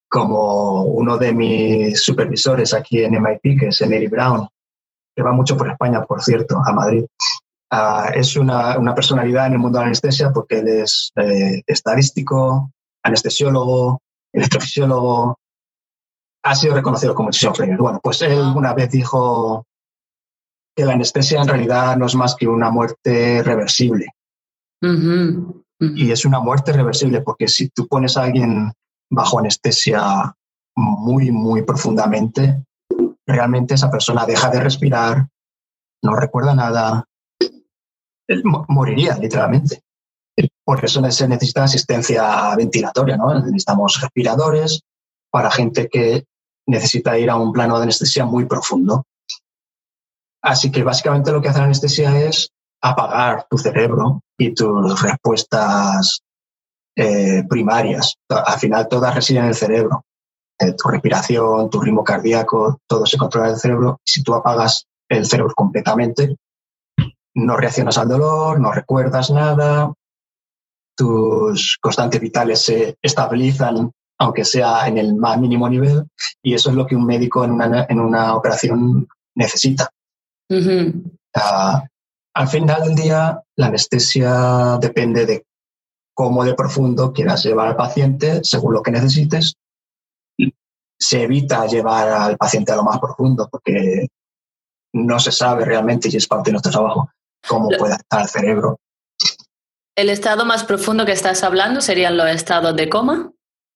uno de mis supervisores aquí en MIT, que es Emery Brown, que va mucho por España, por cierto, a Madrid, es una personalidad en el mundo de la anestesia porque él es estadístico, anestesiólogo, electrofisiólogo, ha sido reconocido con muchísimos premios. Bueno, pues él una vez dijo que la anestesia en realidad no es más que una muerte reversible. Uh-huh. Uh-huh. Y es una muerte reversible porque si tú pones a alguien bajo anestesia muy, muy profundamente, realmente esa persona deja de respirar, no recuerda nada, moriría literalmente. Por eso se necesita asistencia ventilatoria, ¿no? Necesitamos respiradores para gente que necesita ir a un plano de anestesia muy profundo. Así que básicamente lo que hace la anestesia es apagar tu cerebro y tus respuestas primarias. Al final todas residen en el cerebro. Tu respiración, tu ritmo cardíaco, todo se controla en el cerebro. Si tú apagas el cerebro completamente, no reaccionas al dolor, no recuerdas nada, tus constantes vitales se estabilizan, aunque sea en el más mínimo nivel, y eso es lo que un médico en una operación necesita. Uh-huh. Al final del día, la anestesia depende de cómo de profundo quieras llevar al paciente, según lo que necesites. Se evita llevar al paciente a lo más profundo porque no se sabe realmente, y es parte de nuestro trabajo, cómo puede estar el cerebro. ¿El estado más profundo que estás hablando serían los estados de coma?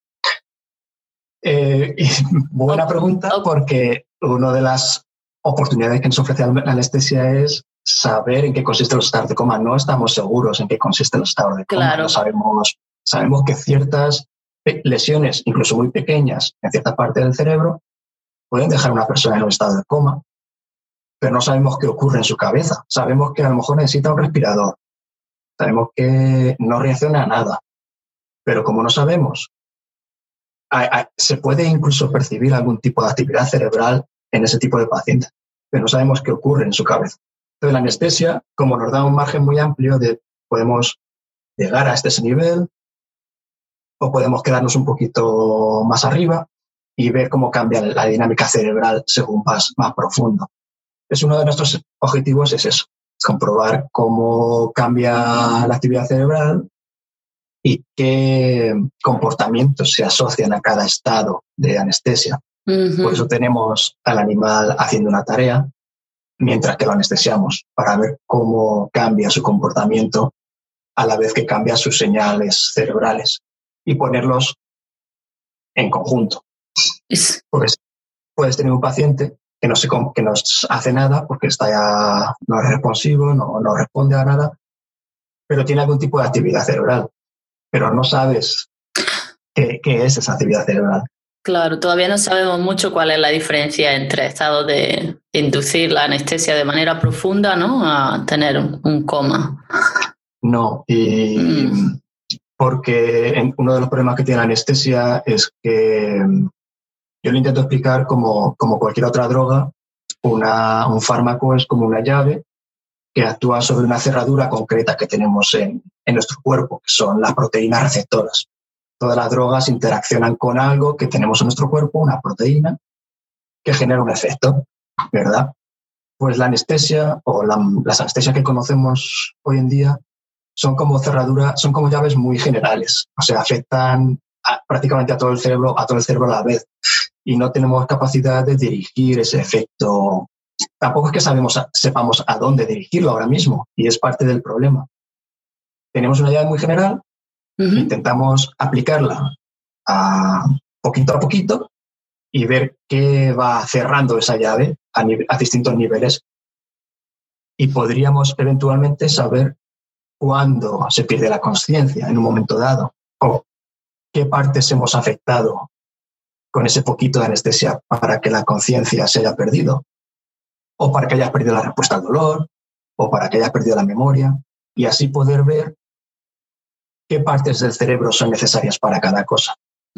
Buena pregunta, porque una de las oportunidades que nos ofrece la anestesia es saber en qué consiste los estados de coma. No estamos seguros en qué consiste los estados de coma. Claro. No sabemos que ciertas lesiones, incluso muy pequeñas, en cierta parte del cerebro, pueden dejar a una persona en un estado de coma, pero no sabemos qué ocurre en su cabeza. Sabemos que a lo mejor necesita un respirador. Sabemos que no reacciona a nada. Pero como no sabemos, se puede incluso percibir algún tipo de actividad cerebral en ese tipo de pacientes, pero no sabemos qué ocurre en su cabeza. Entonces, la anestesia, como nos da un margen muy amplio podemos llegar a este nivel o podemos quedarnos un poquito más arriba y ver cómo cambia la dinámica cerebral según vas más profundo. Es uno de nuestros objetivos, es eso, comprobar cómo cambia la actividad cerebral y qué comportamientos se asocian a cada estado de anestesia. Uh-huh. Por eso tenemos al animal haciendo una tarea mientras que lo anestesiamos, para ver cómo cambia su comportamiento a la vez que cambia sus señales cerebrales y ponerlos en conjunto. Pues puedes tener un paciente que no hace nada porque no es responsivo, no responde a nada, pero tiene algún tipo de actividad cerebral, pero no sabes qué es esa actividad cerebral. Claro, todavía no sabemos mucho cuál es la diferencia entre estado de inducir la anestesia de manera profunda, ¿no?, a tener un coma. No, porque uno de los problemas que tiene la anestesia es que yo lo intento explicar como cualquier otra droga. Un fármaco es como una llave que actúa sobre una cerradura concreta que tenemos en nuestro cuerpo, que son las proteínas receptoras. Todas las drogas interaccionan con algo que tenemos en nuestro cuerpo, una proteína, que genera un efecto, ¿verdad? Pues la anestesia o las anestesias que conocemos hoy en día son como cerraduras, son como llaves muy generales, o sea, afectan prácticamente a todo el cerebro a la vez, y no tenemos capacidad de dirigir ese efecto. Tampoco es que sepamos a dónde dirigirlo ahora mismo, y es parte del problema. Tenemos una llave muy general, intentamos aplicarla a poquito y ver qué va cerrando esa llave a distintos niveles, y podríamos eventualmente saber cuándo se pierde la conciencia en un momento dado, o qué partes hemos afectado con ese poquito de anestesia para que la conciencia se haya perdido, o para que hayas perdido la respuesta al dolor, o para que hayas perdido la memoria, y así poder ver qué partes del cerebro son necesarias para cada cosa.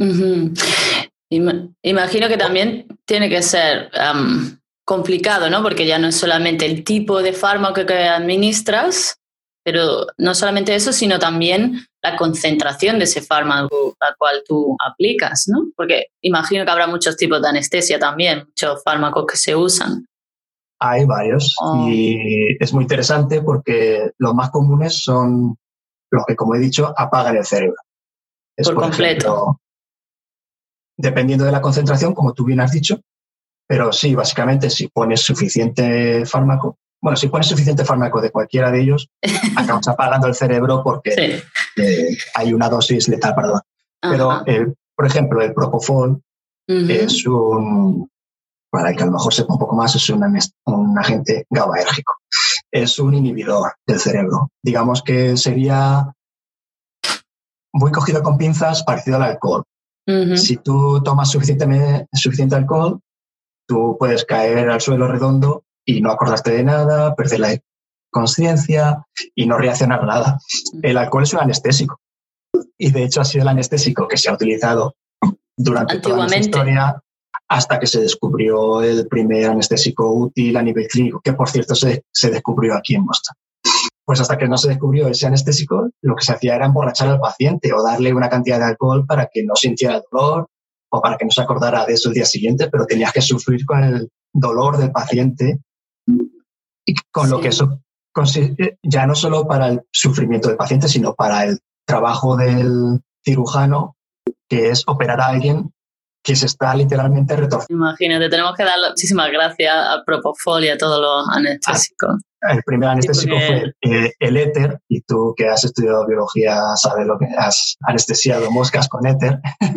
Imagino que también tiene que ser complicado, ¿no? Porque ya no es solamente el tipo de fármaco que administras, pero no solamente eso, sino también la concentración de ese fármaco al cual tú aplicas, ¿no? Porque imagino que habrá muchos tipos de anestesia también, muchos fármacos que se usan. Hay varios y es muy interesante porque los más comunes son los que, como he dicho, apagan el cerebro. Por completo. Ejemplo, dependiendo de la concentración, como tú bien has dicho, pero sí, básicamente si pones suficiente fármaco, de cualquiera de ellos, acabas apagando el cerebro porque hay una dosis letal, perdón. Pero, por ejemplo, el Propofol es para que a lo mejor sepa un poco más, es un agente GABAérgico. Es un inhibidor del cerebro. Digamos que sería, muy cogido con pinzas, parecido al alcohol. Si tú tomas suficiente alcohol, tú puedes caer al suelo redondo y no acordarte de nada, perder la conciencia y no reaccionar a nada. El alcohol es un anestésico. Y de hecho ha sido el anestésico que se ha utilizado durante toda nuestra historia, hasta que se descubrió el primer anestésico útil a nivel clínico, que por cierto se descubrió aquí en Boston. Pues hasta que no se descubrió ese anestésico, lo que se hacía era emborrachar al paciente o darle una cantidad de alcohol para que no sintiera el dolor o para que no se acordara de eso el día siguiente, pero tenías que sufrir con el dolor del paciente y con lo que eso ya no solo para el sufrimiento del paciente, sino para el trabajo del cirujano, que es operar a alguien que se está literalmente retorciendo. Imagínate, tenemos que dar muchísimas gracias a Propofol y a todos los anestésicos. El primer anestésico fue el éter, y tú que has estudiado biología sabes lo que has anestesiado moscas con éter.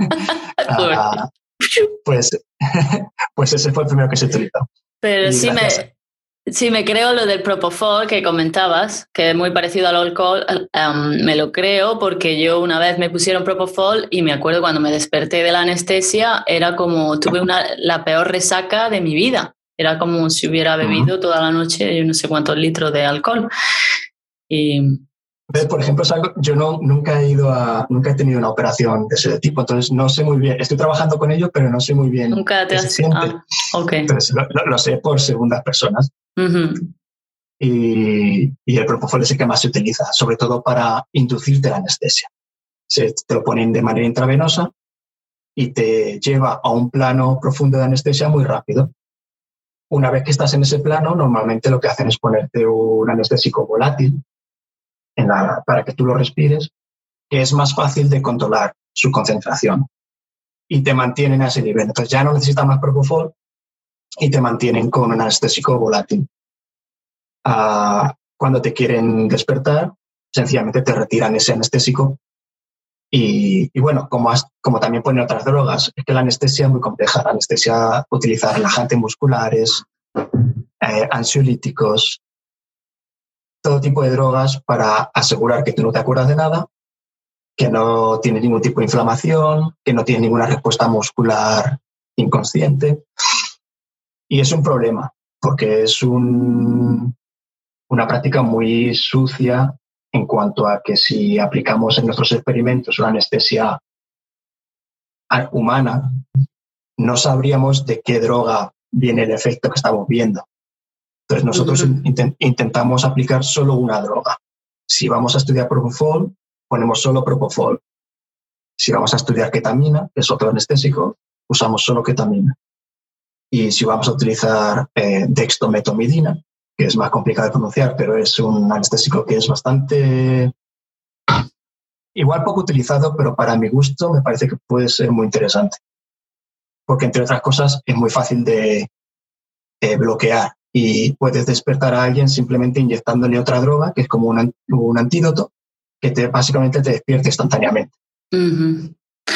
Pues ese fue el primero que se utilizó. Pero sí me creo lo del Propofol que comentabas, que es muy parecido al alcohol, me lo creo porque yo una vez me pusieron Propofol y me acuerdo cuando me desperté de la anestesia, era como tuve la peor resaca de mi vida. Era como si hubiera bebido toda la noche yo no sé cuántos litros de alcohol. Por ejemplo, yo nunca he tenido una operación de ese tipo, entonces no sé muy bien. Estoy trabajando con ello, pero no sé muy bien qué se siente. Okay. Entonces lo sé por segundas personas. Y el Propofol es el que más se utiliza, sobre todo para inducirte la anestesia. Te lo ponen de manera intravenosa y te lleva a un plano profundo de anestesia muy rápido. Una vez que estás en ese plano, normalmente lo que hacen es ponerte un anestésico volátil para que tú lo respires, que es más fácil de controlar su concentración y te mantienen a ese nivel. Entonces ya no necesitas más Propofol y te mantienen con un anestésico volátil. Cuando te quieren despertar, sencillamente te retiran ese anestésico y bueno, como también ponen otras drogas, es que la anestesia es muy compleja. La anestesia utiliza relajantes musculares, ansiolíticos, todo tipo de drogas para asegurar que tú no te acuerdas de nada, que no tienes ningún tipo de inflamación, que no tienes ninguna respuesta muscular inconsciente. Y es un problema, porque es una práctica muy sucia en cuanto a que si aplicamos en nuestros experimentos una anestesia humana, no sabríamos de qué droga viene el efecto que estamos viendo. Entonces nosotros intentamos aplicar solo una droga. Si vamos a estudiar Propofol, ponemos solo Propofol. Si vamos a estudiar ketamina, que es otro anestésico, usamos solo ketamina. Y si vamos a utilizar dextrometomidina, que es más complicado de pronunciar, pero es un anestésico que es bastante igual poco utilizado, pero para mi gusto me parece que puede ser muy interesante. Porque, entre otras cosas, es muy fácil de bloquear y puedes despertar a alguien simplemente inyectándole otra droga, que es como un antídoto, que básicamente te despierte instantáneamente. Uh-huh.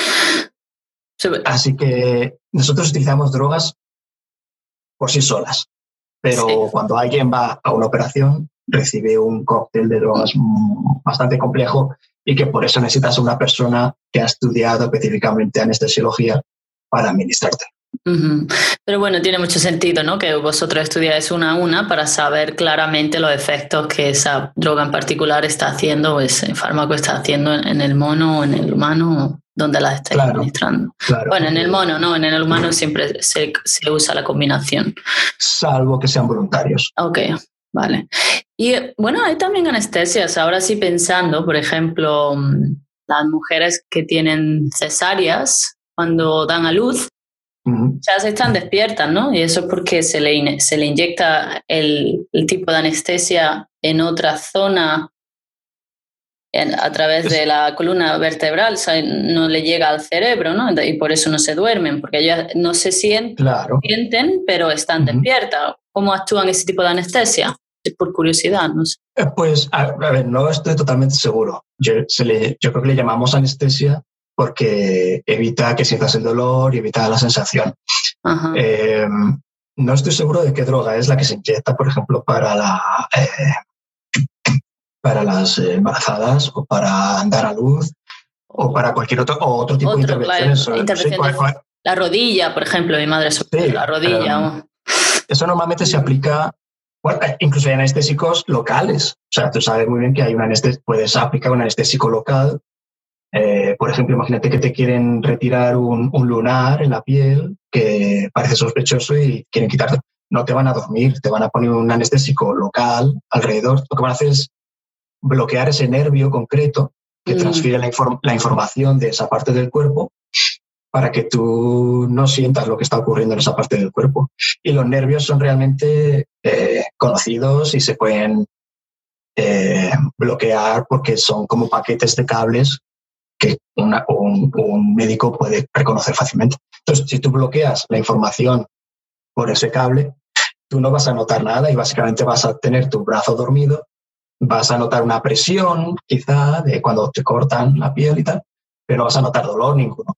Así que nosotros utilizamos drogas por sí solas, pero cuando alguien va a una operación recibe un cóctel de drogas bastante complejo y que por eso necesitas una persona que ha estudiado específicamente anestesiología para administrarte. Uh-huh. Pero bueno, tiene mucho sentido, ¿no? Que vosotros estudiáis una a una para saber claramente los efectos que esa droga en particular está haciendo o ese fármaco está haciendo en el mono o en el humano donde la estáis administrando. Claro. Bueno, en el mono, ¿no? En el humano siempre se usa la combinación. Salvo que sean voluntarios. Ok, vale. Y bueno, hay también anestesias. Ahora sí pensando, por ejemplo, las mujeres que tienen cesáreas cuando dan a luz, ya se están despiertas, ¿no? Y eso es porque se le inyecta el tipo de anestesia en otra zona a través de la columna vertebral, o sea, no le llega al cerebro, ¿no? Y por eso no se duermen, porque ellas no se sienten, pero están despiertas. ¿Cómo actúan ese tipo de anestesia? Por curiosidad, no sé. Pues, a ver, no estoy totalmente seguro. Yo creo que le llamamos anestesia porque evita que sientas el dolor y evita la sensación. No estoy seguro de qué droga es la que se inyecta, por ejemplo, para las embarazadas o para dar a luz o para cualquier otro tipo de intervenciones. La rodilla, por ejemplo, mi madre sufre la rodilla. Eso normalmente se aplica, bueno, incluso hay anestésicos locales. O sea, tú sabes muy bien que hay puedes aplicar un anestésico local. Por ejemplo, imagínate que te quieren retirar un lunar en la piel que parece sospechoso y quieren quitarte. No te van a dormir, te van a poner un anestésico local alrededor. Lo que van a hacer es bloquear ese nervio concreto que transfiere la información de esa parte del cuerpo para que tú no sientas lo que está ocurriendo en esa parte del cuerpo. Y los nervios son realmente conocidos y se pueden bloquear porque son como paquetes de cables que un médico puede reconocer fácilmente. Entonces, si tú bloqueas la información por ese cable, tú no vas a notar nada y básicamente vas a tener tu brazo dormido, vas a notar una presión quizá de cuando te cortan la piel y tal, pero no vas a notar dolor ninguno.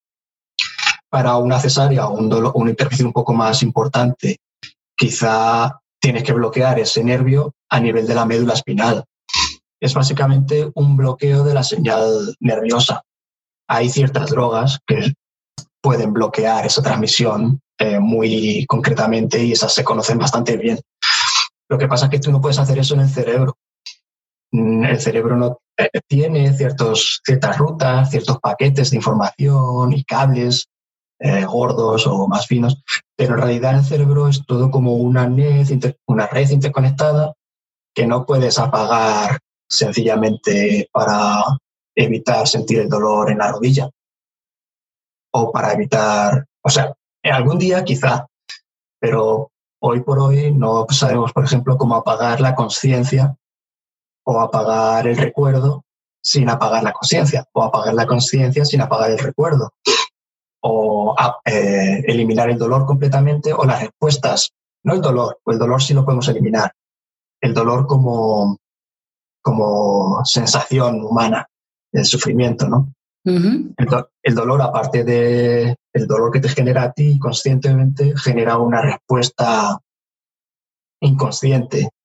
Para una cesárea o una intervención un poco más importante, quizá tienes que bloquear ese nervio a nivel de la médula espinal. Es básicamente un bloqueo de la señal nerviosa. Hay ciertas drogas que pueden bloquear esa transmisión muy concretamente y esas se conocen bastante bien. Lo que pasa es que tú no puedes hacer eso en el cerebro. El cerebro no tiene ciertas rutas, ciertos paquetes de información y cables gordos o más finos, pero en realidad el cerebro es todo como una red interconectada que no puedes apagar sencillamente para evitar sentir el dolor en la rodilla o para evitar, o sea, algún día quizá, pero hoy por hoy no sabemos, por ejemplo, cómo apagar la conciencia o apagar el recuerdo sin apagar la conciencia o apagar la conciencia sin apagar el recuerdo o eliminar el dolor completamente o las respuestas, no el dolor sí lo podemos eliminar, el dolor como sensación humana, el sufrimiento, ¿no? Uh-huh. El dolor, aparte del dolor que te genera a ti conscientemente, genera una respuesta inconsciente.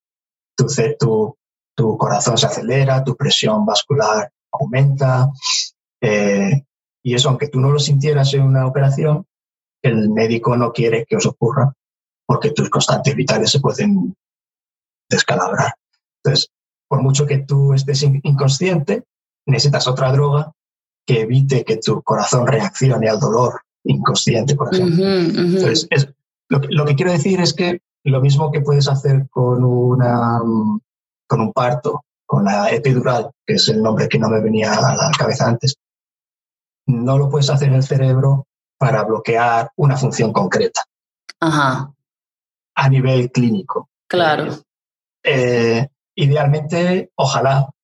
Tu corazón se acelera, tu presión vascular aumenta, y eso, aunque tú no lo sintieras en una operación, el médico no quiere que os ocurra porque tus constantes vitales se pueden descalabrar. Entonces, por mucho que tú estés inconsciente, necesitas otra droga que evite que tu corazón reaccione al dolor inconsciente, por ejemplo. Uh-huh, uh-huh. Entonces, lo que quiero decir es que lo mismo que puedes hacer con un parto, con la epidural, que es el nombre que no me venía a la cabeza antes, no lo puedes hacer en el cerebro para bloquear una función concreta. Ajá. A nivel clínico. Claro. Idealmente, ojalá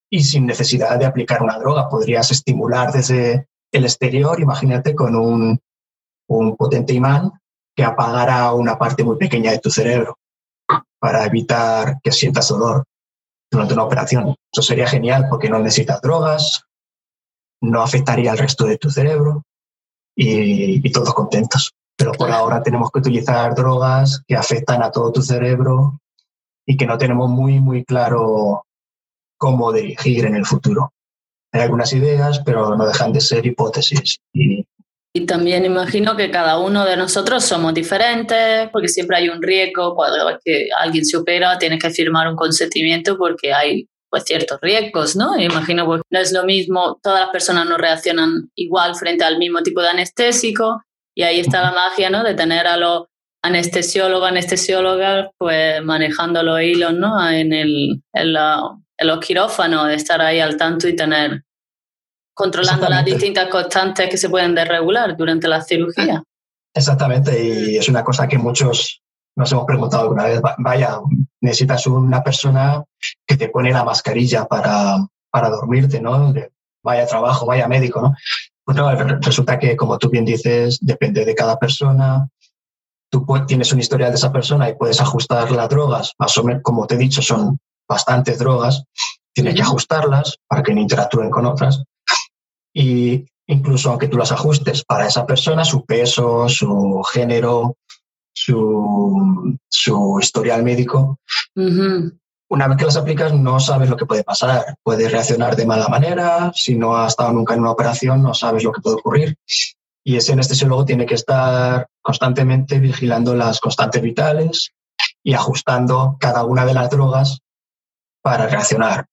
y sin necesidad de aplicar una droga. Podrías estimular desde el exterior, imagínate, con un potente imán que apagara una parte muy pequeña de tu cerebro para evitar que sientas dolor durante una operación. Eso sería genial porque no necesitas drogas, no afectaría al resto de tu cerebro y todos contentos. Pero por ahora tenemos que utilizar drogas que afectan a todo tu cerebro y que no tenemos muy, muy claro cómo dirigir en el futuro. Hay algunas ideas, pero no dejan de ser hipótesis. Y también imagino que cada uno de nosotros somos diferentes, porque siempre hay un riesgo. Cuando que alguien se opera, tienes que firmar un consentimiento porque hay pues ciertos riesgos, ¿no? Imagino que no es lo mismo, todas las personas no reaccionan igual frente al mismo tipo de anestésico, y ahí está la magia, ¿no? De tener a los anestesiólogas, pues manejando los hilos, ¿no? En los quirófanos, de estar ahí al tanto y controlando las distintas constantes que se pueden desregular durante la cirugía. Exactamente, y es una cosa que muchos nos hemos preguntado alguna vez. Vaya, necesitas una persona que te pone la mascarilla para dormirte, ¿no? Vaya trabajo, vaya médico, ¿no? Pues no, resulta que, como tú bien dices, depende de cada persona. Tú tienes un historial de esa persona y puedes ajustar las drogas. Más o menos, como te he dicho, son bastantes drogas. Tienes que ajustarlas para que no interactúen con otras. Y incluso aunque tú las ajustes para esa persona, su peso, su género, su historial médico, una vez que las aplicas no sabes lo que puede pasar. Puedes reaccionar de mala manera. Si no has estado nunca en una operación, no sabes lo que puede ocurrir. Y ese anestesiólogo tiene que estar constantemente vigilando las constantes vitales y ajustando cada una de las drogas para reaccionar.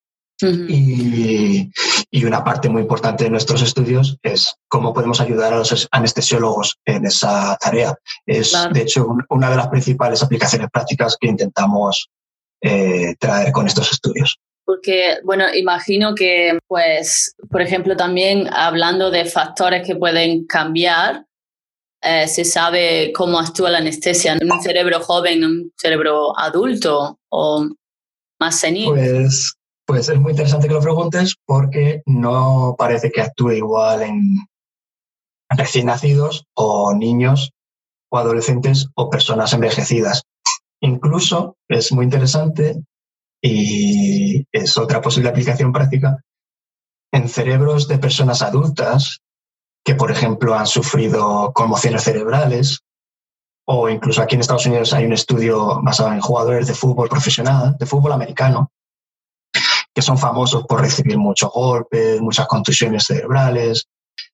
Y una parte muy importante de nuestros estudios es cómo podemos ayudar a los anestesiólogos en esa tarea. Es, de hecho, una de las principales aplicaciones prácticas que intentamos traer con estos estudios. Porque, bueno, imagino que, pues, por ejemplo, también hablando de factores que pueden cambiar, se sabe cómo actúa la anestesia en un cerebro joven, en un cerebro adulto o más senil. Pues es muy interesante que lo preguntes porque no parece que actúe igual en recién nacidos o niños o adolescentes o personas envejecidas. Incluso es muy interesante y es otra posible aplicación práctica en cerebros de personas adultas que, por ejemplo, han sufrido conmociones cerebrales, o incluso aquí en Estados Unidos hay un estudio basado en jugadores de fútbol profesional, de fútbol americano, que son famosos por recibir muchos golpes, muchas contusiones cerebrales.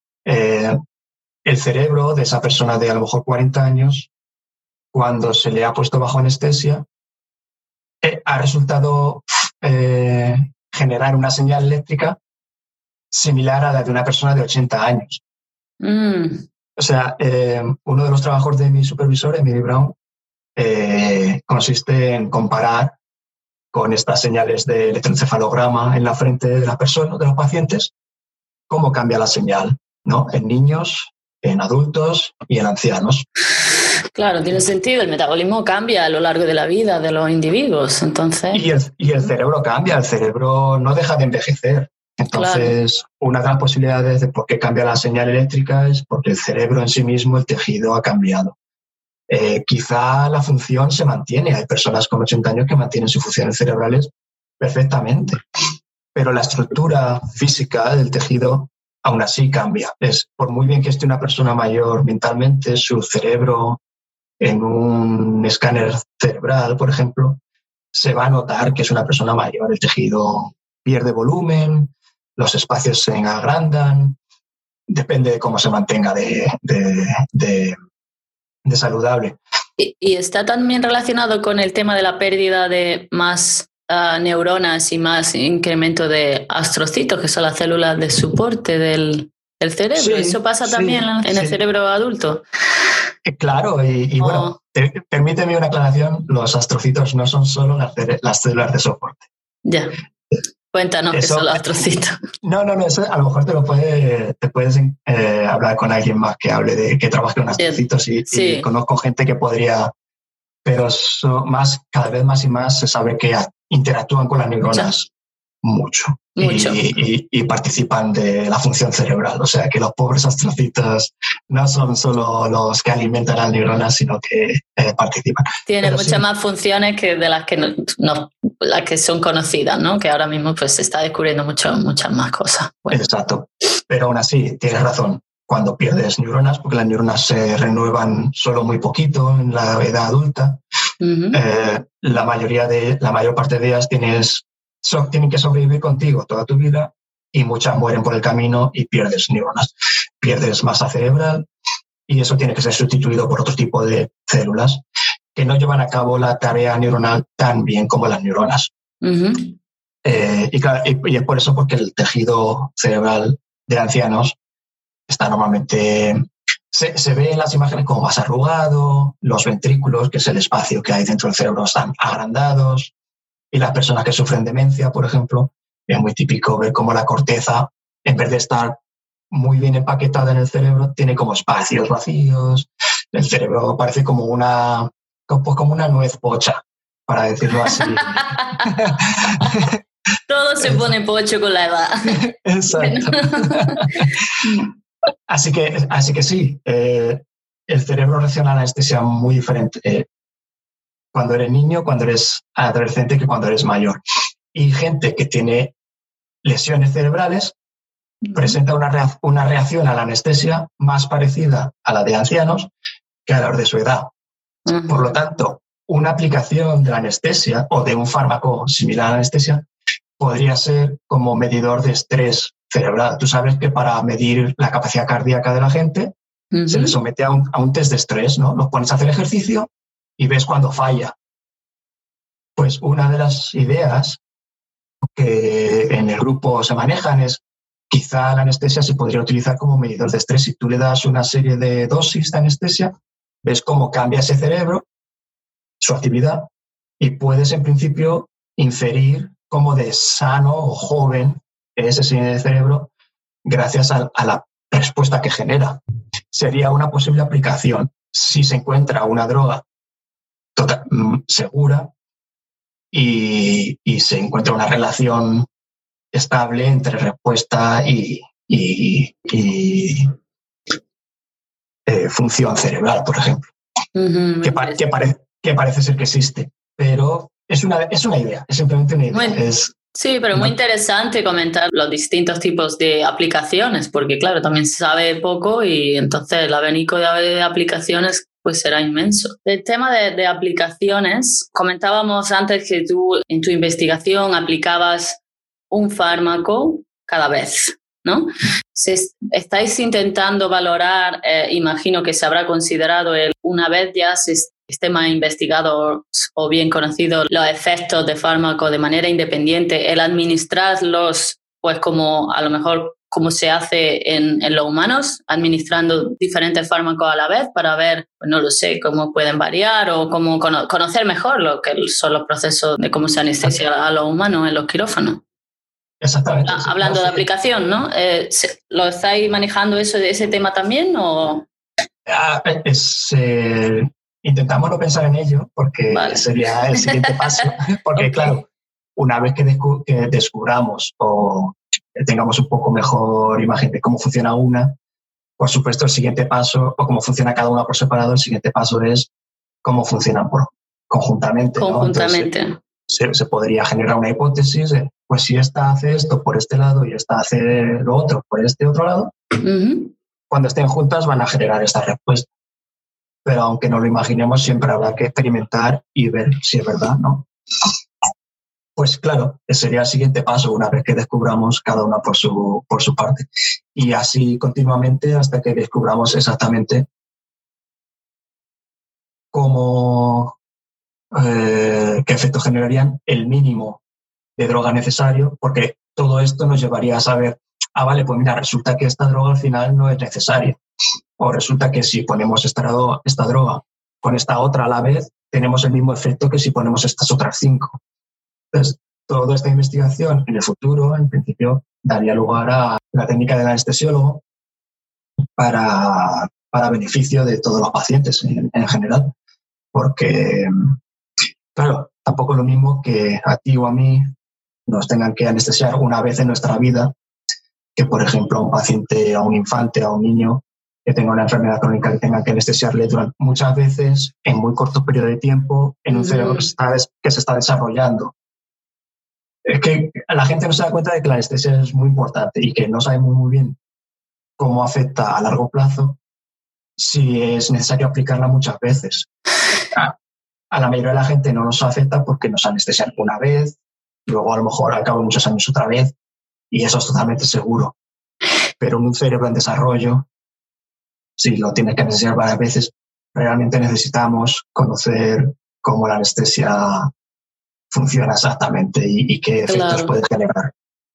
El cerebro de esa persona de a lo mejor 40 años, cuando se le ha puesto bajo anestesia, ha resultado generar una señal eléctrica similar a la de una persona de 80 años. O sea, uno de los trabajos de mi supervisor, Emily Brown, consiste en comparar con estas señales de electroencefalograma en la frente de las personas, de los pacientes, cómo cambia la señal, ¿no? En niños, en adultos y en ancianos. Claro, tiene sentido. El metabolismo cambia a lo largo de la vida de los individuos, entonces... Y el cerebro cambia, el cerebro no deja de envejecer. Entonces, una de las posibilidades de por qué cambia la señal eléctrica es porque el cerebro en sí mismo, el tejido, ha cambiado. Quizá la función se mantiene. Hay personas con 80 años que mantienen sus funciones cerebrales perfectamente, pero la estructura física del tejido aún así cambia. Por muy bien que esté una persona mayor mentalmente, su cerebro en un escáner cerebral, por ejemplo, se va a notar que es una persona mayor. El tejido pierde volumen, los espacios se agrandan, depende de cómo se mantenga de saludable. ¿Y está también relacionado con el tema de la pérdida de más neuronas y más incremento de astrocitos, que son las células de soporte del cerebro? Sí, ¿eso pasa también en el cerebro adulto? Claro, y bueno, permíteme una aclaración, los astrocitos no son solo las células de soporte. Ya. Cuéntanos qué son los astrocitos. No, eso a lo mejor te puedes hablar con alguien más que hable de que trabaje con astrocitos y conozco gente que podría, pero cada vez más y más se sabe que interactúan con las neuronas mucho. Mucho. Y participan de la función cerebral. O sea que los pobres astrocitos no son solo los que alimentan las neuronas, sino que participan. Tienen muchas más funciones que de las que las que son conocidas, ¿no? Que ahora mismo pues se está descubriendo muchas más cosas. Bueno. Exacto. Pero aún así, tienes razón. Cuando pierdes neuronas, porque las neuronas se renuevan solo muy poquito en la edad adulta, la mayor parte de ellas tienen que sobrevivir contigo toda tu vida y muchas mueren por el camino y pierdes neuronas, pierdes masa cerebral y eso tiene que ser sustituido por otro tipo de células que no llevan a cabo la tarea neuronal tan bien como las neuronas. Y es por eso porque el tejido cerebral de ancianos está normalmente... Se ve en las imágenes como más arrugado, los ventrículos, que es el espacio que hay dentro del cerebro, están agrandados. Y las personas que sufren demencia, por ejemplo, es muy típico ver cómo la corteza, en vez de estar muy bien empaquetada en el cerebro, tiene como espacios vacíos. El cerebro parece como una nuez pocha, para decirlo así. Todo se pone pocho con la edad. Exacto. Así que sí, el cerebro reacciona a la anestesia muy diferente cuando eres niño, cuando eres adolescente, que cuando eres mayor. Y gente que tiene lesiones cerebrales presenta una reacción a la anestesia más parecida a la de ancianos que a la de su edad. Por lo tanto, una aplicación de la anestesia o de un fármaco similar a la anestesia podría ser como medidor de estrés cerebral. Tú sabes que para medir la capacidad cardíaca de la gente se le somete a un test de estrés, ¿no? Los pones a hacer ejercicio y ves cuando falla. Pues una de las ideas que en el grupo se manejan es quizá la anestesia se podría utilizar como medidor de estrés. Si tú le das una serie de dosis de anestesia, ves cómo cambia ese cerebro, su actividad, y puedes en principio inferir cómo de sano o joven es ese cerebro gracias a la respuesta que genera. Sería una posible aplicación si se encuentra una droga segura y se encuentra una relación estable entre respuesta y función cerebral, por ejemplo, que parece ser que existe, pero es una idea, es simplemente una idea. Bueno, sí, pero muy interesante comentar los distintos tipos de aplicaciones, porque claro, también se sabe poco y entonces el abanico de aplicaciones pues será inmenso. El tema de aplicaciones, comentábamos antes que tú en tu investigación aplicabas un fármaco cada vez, ¿no? Si estáis intentando valorar, imagino que se habrá considerado una vez ya se esté más investigado o bien conocido los efectos de fármaco de manera independiente, el administrarlos, pues como a lo mejor como se hace en los humanos, administrando diferentes fármacos a la vez para ver, pues no lo sé, cómo pueden variar o cómo conocer mejor lo que son los procesos de cómo se anestesia a los humanos en los quirófanos. Exactamente. Hablando de aplicación, ¿no? ¿Lo estáis manejando ese tema también o...? Intentamos no pensar en ello porque sería el siguiente paso, porque claro, una vez que descubramos o tengamos un poco mejor imagen de cómo funciona una, por supuesto el siguiente paso, o cómo funciona cada una por separado, el siguiente paso es cómo funcionan conjuntamente. Conjuntamente. ¿No? Entonces, se podría generar una hipótesis de, pues si esta hace esto por este lado y esta hace lo otro por este otro lado, cuando estén juntas van a generar esta respuesta. Pero aunque no lo imaginemos, siempre habrá que experimentar y ver si es verdad, ¿no? Pues claro, ese sería el siguiente paso una vez que descubramos cada una por su parte. Y así continuamente hasta que descubramos exactamente cómo, qué efectos generarían el mínimo de droga necesario, porque todo esto nos llevaría a saber, vale, pues mira, resulta que esta droga al final no es necesaria. O resulta que si ponemos esta droga con esta otra a la vez, tenemos el mismo efecto que si ponemos estas otras 5. Entonces, toda esta investigación en el futuro, en principio, daría lugar a la técnica del anestesiólogo para beneficio de todos los pacientes en general. Porque, claro, tampoco es lo mismo que a ti o a mí nos tengan que anestesiar una vez en nuestra vida, que por ejemplo a un paciente, a un infante, a un niño que tenga una enfermedad crónica que tengan que anestesiarle muchas veces en muy corto periodo de tiempo en un cerebro que se está desarrollando. Es que la gente no se da cuenta de que la anestesia es muy importante y que no sabemos muy bien cómo afecta a largo plazo si es necesario aplicarla muchas veces. A la mayoría de la gente no nos afecta porque nos anestesian una vez, luego a lo mejor al cabo de muchos años otra vez, y eso es totalmente seguro. Pero en un cerebro en desarrollo, si lo tienes que anestesiar varias veces, realmente necesitamos conocer cómo la anestesia funciona exactamente y qué efectos puede generar.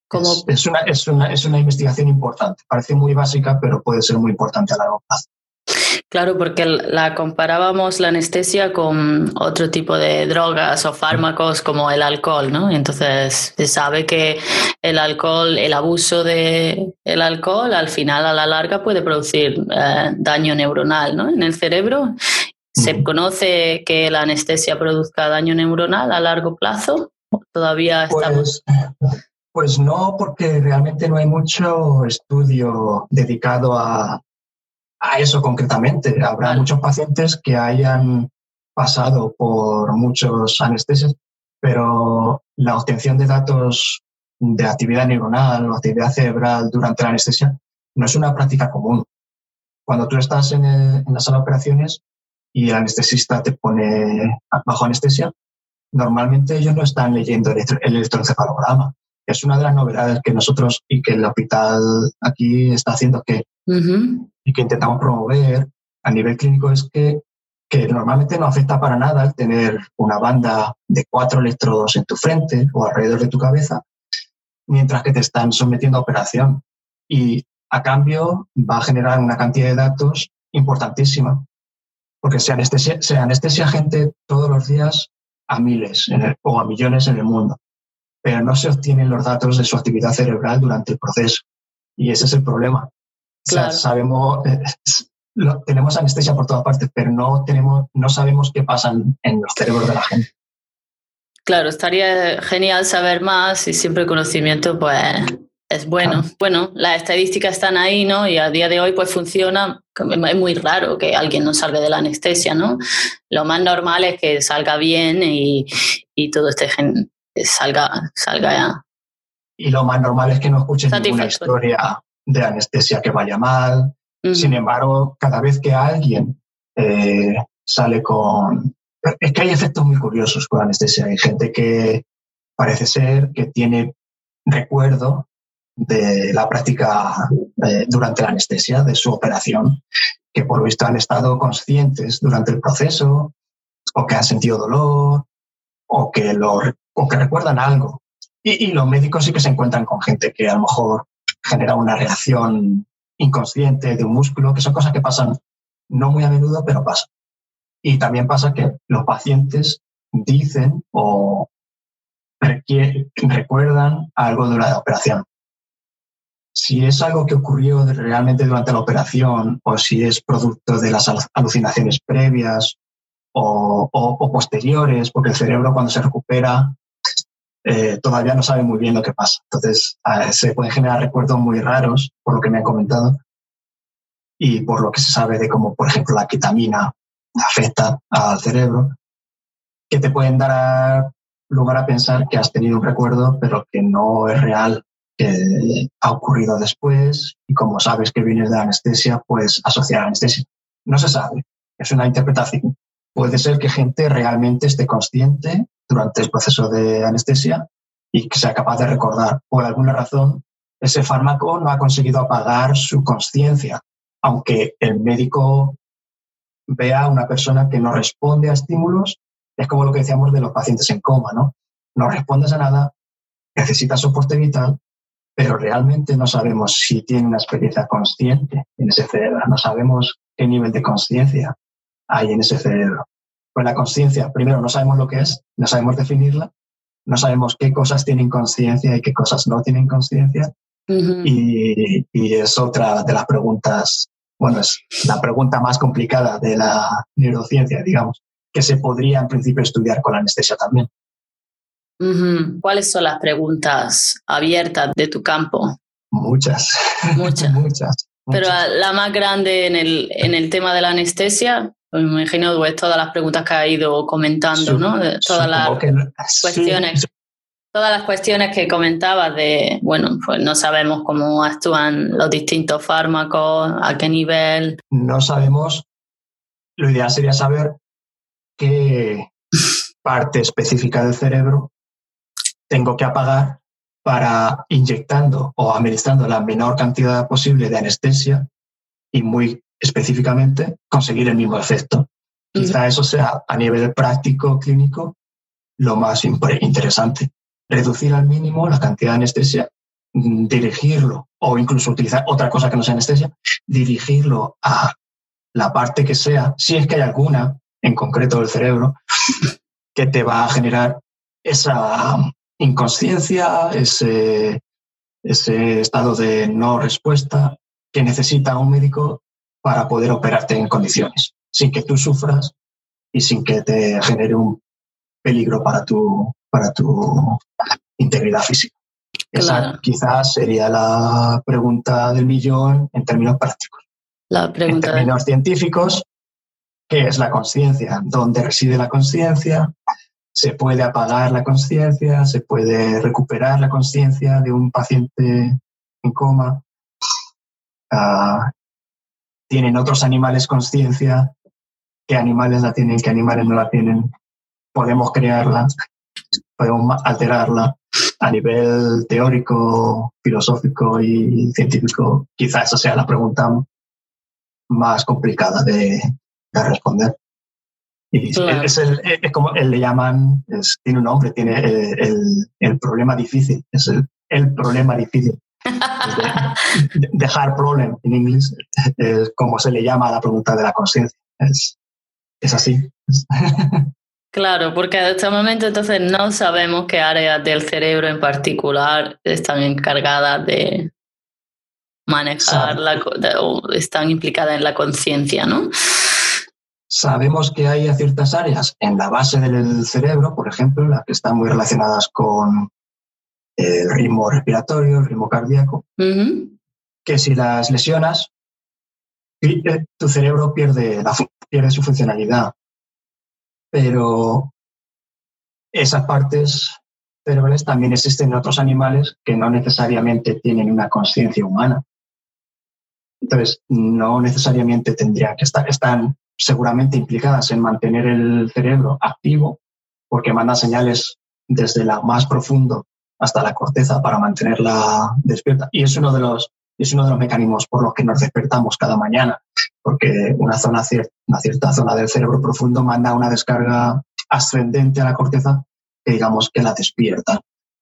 Es una investigación importante. Parece muy básica, pero puede ser muy importante a largo plazo. Claro, porque la comparábamos la anestesia con otro tipo de drogas o fármacos como el alcohol, ¿no? Entonces se sabe que el alcohol, el abuso del alcohol, al final a la larga puede producir daño neuronal, ¿no? En el cerebro. ¿Se conoce que la anestesia produzca daño neuronal a largo plazo? ¿Todavía estamos...? Pues no, porque realmente no hay mucho estudio dedicado a eso concretamente. Habrá muchos pacientes que hayan pasado por muchos anestesias, pero la obtención de datos de actividad neuronal o actividad cerebral durante la anestesia no es una práctica común. Cuando tú estás en la sala de operaciones y el anestesista te pone bajo anestesia, normalmente ellos no están leyendo el electroencefalograma. Es una de las novedades que nosotros y que el hospital aquí está haciendo y que intentamos promover a nivel clínico es que normalmente no afecta para nada el tener una banda de 4 electrodos en tu frente o alrededor de tu cabeza mientras que te están sometiendo a operación. Y a cambio va a generar una cantidad de datos importantísima. Porque se anestesia gente todos los días a miles o a millones en el mundo, pero no se obtienen los datos de su actividad cerebral durante el proceso. Y ese es el problema. Claro. O sea, tenemos anestesia por todas partes, pero no sabemos qué pasa en los cerebros de la gente. Claro, estaría genial saber más y siempre el conocimiento pues es bueno. Claro. Bueno, las estadísticas están ahí, ¿no? Y a día de hoy pues funciona. Es muy raro que alguien no salga de la anestesia, ¿no? Lo más normal es que salga bien y todo salga ya. Y lo más normal es que no escuches ninguna historia de anestesia que vaya mal. Sin embargo, cada vez que alguien sale con... Es que hay efectos muy curiosos con la anestesia. Hay gente que parece ser que tiene recuerdo de la práctica durante la anestesia, de su operación, que por lo visto han estado conscientes durante el proceso, o que han sentido dolor, o que recuerdan algo. Y los médicos sí que se encuentran con gente que a lo mejor genera una reacción inconsciente de un músculo, que son cosas que pasan no muy a menudo, pero pasan. Y también pasa que los pacientes dicen o recuerdan algo durante la operación. Si es algo que ocurrió realmente durante la operación o si es producto de las alucinaciones previas o posteriores, porque el cerebro cuando se recupera todavía no sabe muy bien lo que pasa. Entonces se pueden generar recuerdos muy raros, por lo que me han comentado, y por lo que se sabe de cómo, por ejemplo, la ketamina afecta al cerebro, que te pueden dar lugar a pensar que has tenido un recuerdo, pero que no es real, que ha ocurrido después, y como sabes que vienes de la anestesia, pues asociar a la anestesia. No se sabe, es una interpretación. Puede ser que gente realmente esté consciente durante el proceso de anestesia y que sea capaz de recordar. Por alguna razón, ese fármaco no ha conseguido apagar su consciencia, aunque el médico vea a una persona que no responde a estímulos. Es como lo que decíamos de los pacientes en coma, ¿no? No respondes a nada, necesitas soporte vital, pero realmente no sabemos si tiene una experiencia consciente en ese cerebro, no sabemos qué nivel de consciencia hay en ese cerebro. Pues la consciencia, primero, no sabemos lo que es, no sabemos definirla, no sabemos qué cosas tienen consciencia y qué cosas no tienen consciencia. Y es otra de las preguntas, bueno, es la pregunta más complicada de la neurociencia, digamos, que se podría en principio estudiar con la anestesia también. Uh-huh. ¿Cuáles son las preguntas abiertas de tu campo? Muchas. Muchas. Pero la más grande en el tema de la anestesia, me imagino pues, todas las preguntas que ha ido comentando, ¿no? Todas las cuestiones que comentabas de, bueno, pues no sabemos cómo actúan los distintos fármacos, a qué nivel. No sabemos. Lo ideal sería saber qué parte específica del cerebro tengo que apagar para inyectando o administrando la menor cantidad posible de anestesia y muy específicamente conseguir el mismo efecto. Quizá eso sea a nivel práctico, clínico, lo más interesante. Reducir al mínimo la cantidad de anestesia, dirigirlo o incluso utilizar otra cosa que no sea anestesia, dirigirlo a la parte que sea, si es que hay alguna en concreto del cerebro, que te va a generar esa inconsciencia, ese estado de no respuesta que necesita un médico para poder operarte en condiciones, sin que tú sufras y sin que te genere un peligro para tu integridad física. Claro. Esa quizás sería la pregunta del millón en términos prácticos. En términos científicos, ¿qué es la consciencia? ¿Dónde reside la consciencia? ¿Se puede apagar la consciencia? ¿Se puede recuperar la consciencia de un paciente en coma? ¿Tienen otros animales consciencia? ¿Qué animales la tienen? ¿Qué animales no la tienen? ¿Podemos crearla? ¿Podemos alterarla? A nivel teórico, filosófico y científico, quizás esa sea la pregunta más complicada de responder. Y claro. Es como le llaman, tiene un nombre, tiene el problema difícil, es el problema difícil. The hard problem en inglés, es como se le llama a la pregunta de la conciencia. Es así. Claro, porque en este momento entonces no sabemos qué áreas del cerebro en particular están encargadas de manejar o están implicadas en la conciencia, ¿no? Sabemos que hay ciertas áreas en la base del cerebro, por ejemplo, las que están muy relacionadas con el ritmo respiratorio, el ritmo cardíaco, que si las lesionas, tu cerebro pierde su funcionalidad. Pero esas partes cerebrales también existen en otros animales que no necesariamente tienen una conciencia humana. Entonces, no necesariamente tendrían que están seguramente implicadas en mantener el cerebro activo, porque mandan señales desde lo más profundo hasta la corteza para mantenerla despierta. Y es uno de los mecanismos por los que nos despertamos cada mañana, porque una cierta zona del cerebro profundo manda una descarga ascendente a la corteza que digamos que la despierta.